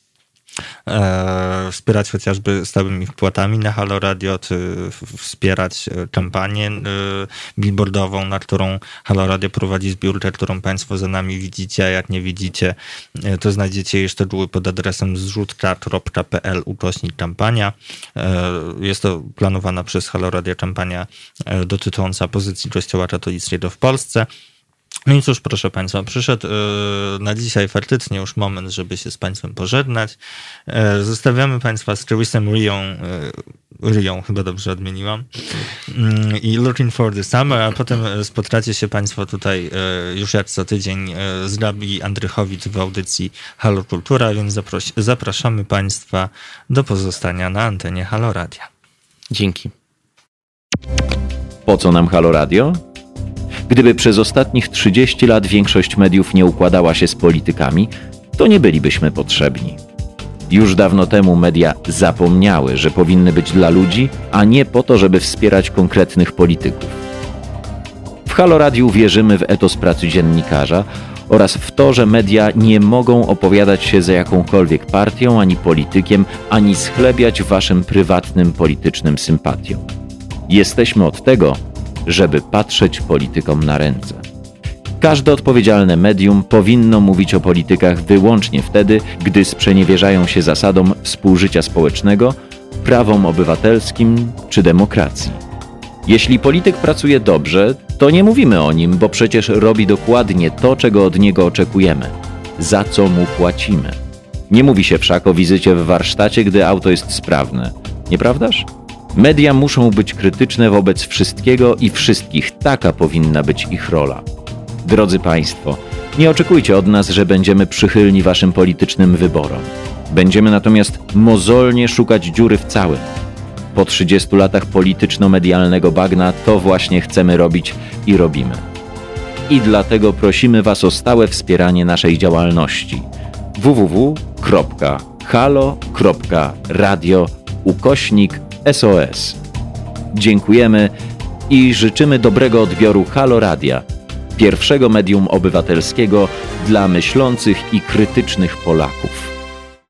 Speaker 3: E, wspierać chociażby stałymi wpłatami na Halo Radio, czy wspierać kampanię e, billboardową, na którą Halo Radio prowadzi zbiórkę, którą Państwo za nami widzicie, a jak nie widzicie, e, to znajdziecie jej szczegóły pod adresem zrzutka kropka pe el ukośnik kampania. E, jest to planowana przez Halo Radio kampania e, dotycząca pozycji Kościoła katolickiego w Polsce. No i cóż, proszę Państwa, przyszedł na dzisiaj faktycznie już moment, żeby się z Państwem pożegnać. Zostawiamy Państwa z Chrisem Rią, Rią, chyba dobrze odmieniłam, i Looking for the Summer, a potem spotkacie się Państwo tutaj już jak co tydzień z Gabi Andrychowicz w audycji Halo Kultura, więc zapros- zapraszamy Państwa do pozostania na antenie Halo Radia.
Speaker 1: Dzięki.
Speaker 8: Po co nam Halo Radio? Gdyby przez ostatnich trzydzieści lat większość mediów nie układała się z politykami, to nie bylibyśmy potrzebni. Już dawno temu media zapomniały, że powinny być dla ludzi, a nie po to, żeby wspierać konkretnych polityków. W Halo Radiu wierzymy w etos pracy dziennikarza oraz w to, że media nie mogą opowiadać się za jakąkolwiek partią ani politykiem, ani schlebiać waszym prywatnym politycznym sympatiom. Jesteśmy od tego, żeby patrzeć politykom na ręce. Każde odpowiedzialne medium powinno mówić o politykach wyłącznie wtedy, gdy sprzeniewierzają się zasadom współżycia społecznego, prawom obywatelskim czy demokracji. Jeśli polityk pracuje dobrze, to nie mówimy o nim, bo przecież robi dokładnie to, czego od niego oczekujemy, za co mu płacimy. Nie mówi się wszak o wizycie w warsztacie, gdy auto jest sprawne. Nieprawdaż? Media muszą być krytyczne wobec wszystkiego i wszystkich. Taka powinna być ich rola. Drodzy Państwo, nie oczekujcie od nas, że będziemy przychylni waszym politycznym wyborom. Będziemy natomiast mozolnie szukać dziury w całym. Po trzydziestu latach polityczno-medialnego bagna to właśnie chcemy robić i robimy. I dlatego prosimy was o stałe wspieranie naszej działalności. w w w kropka halo kropka radio ukośnik S O S. Dziękujemy i życzymy dobrego odbioru Halo Radia, pierwszego medium obywatelskiego dla myślących i krytycznych Polaków.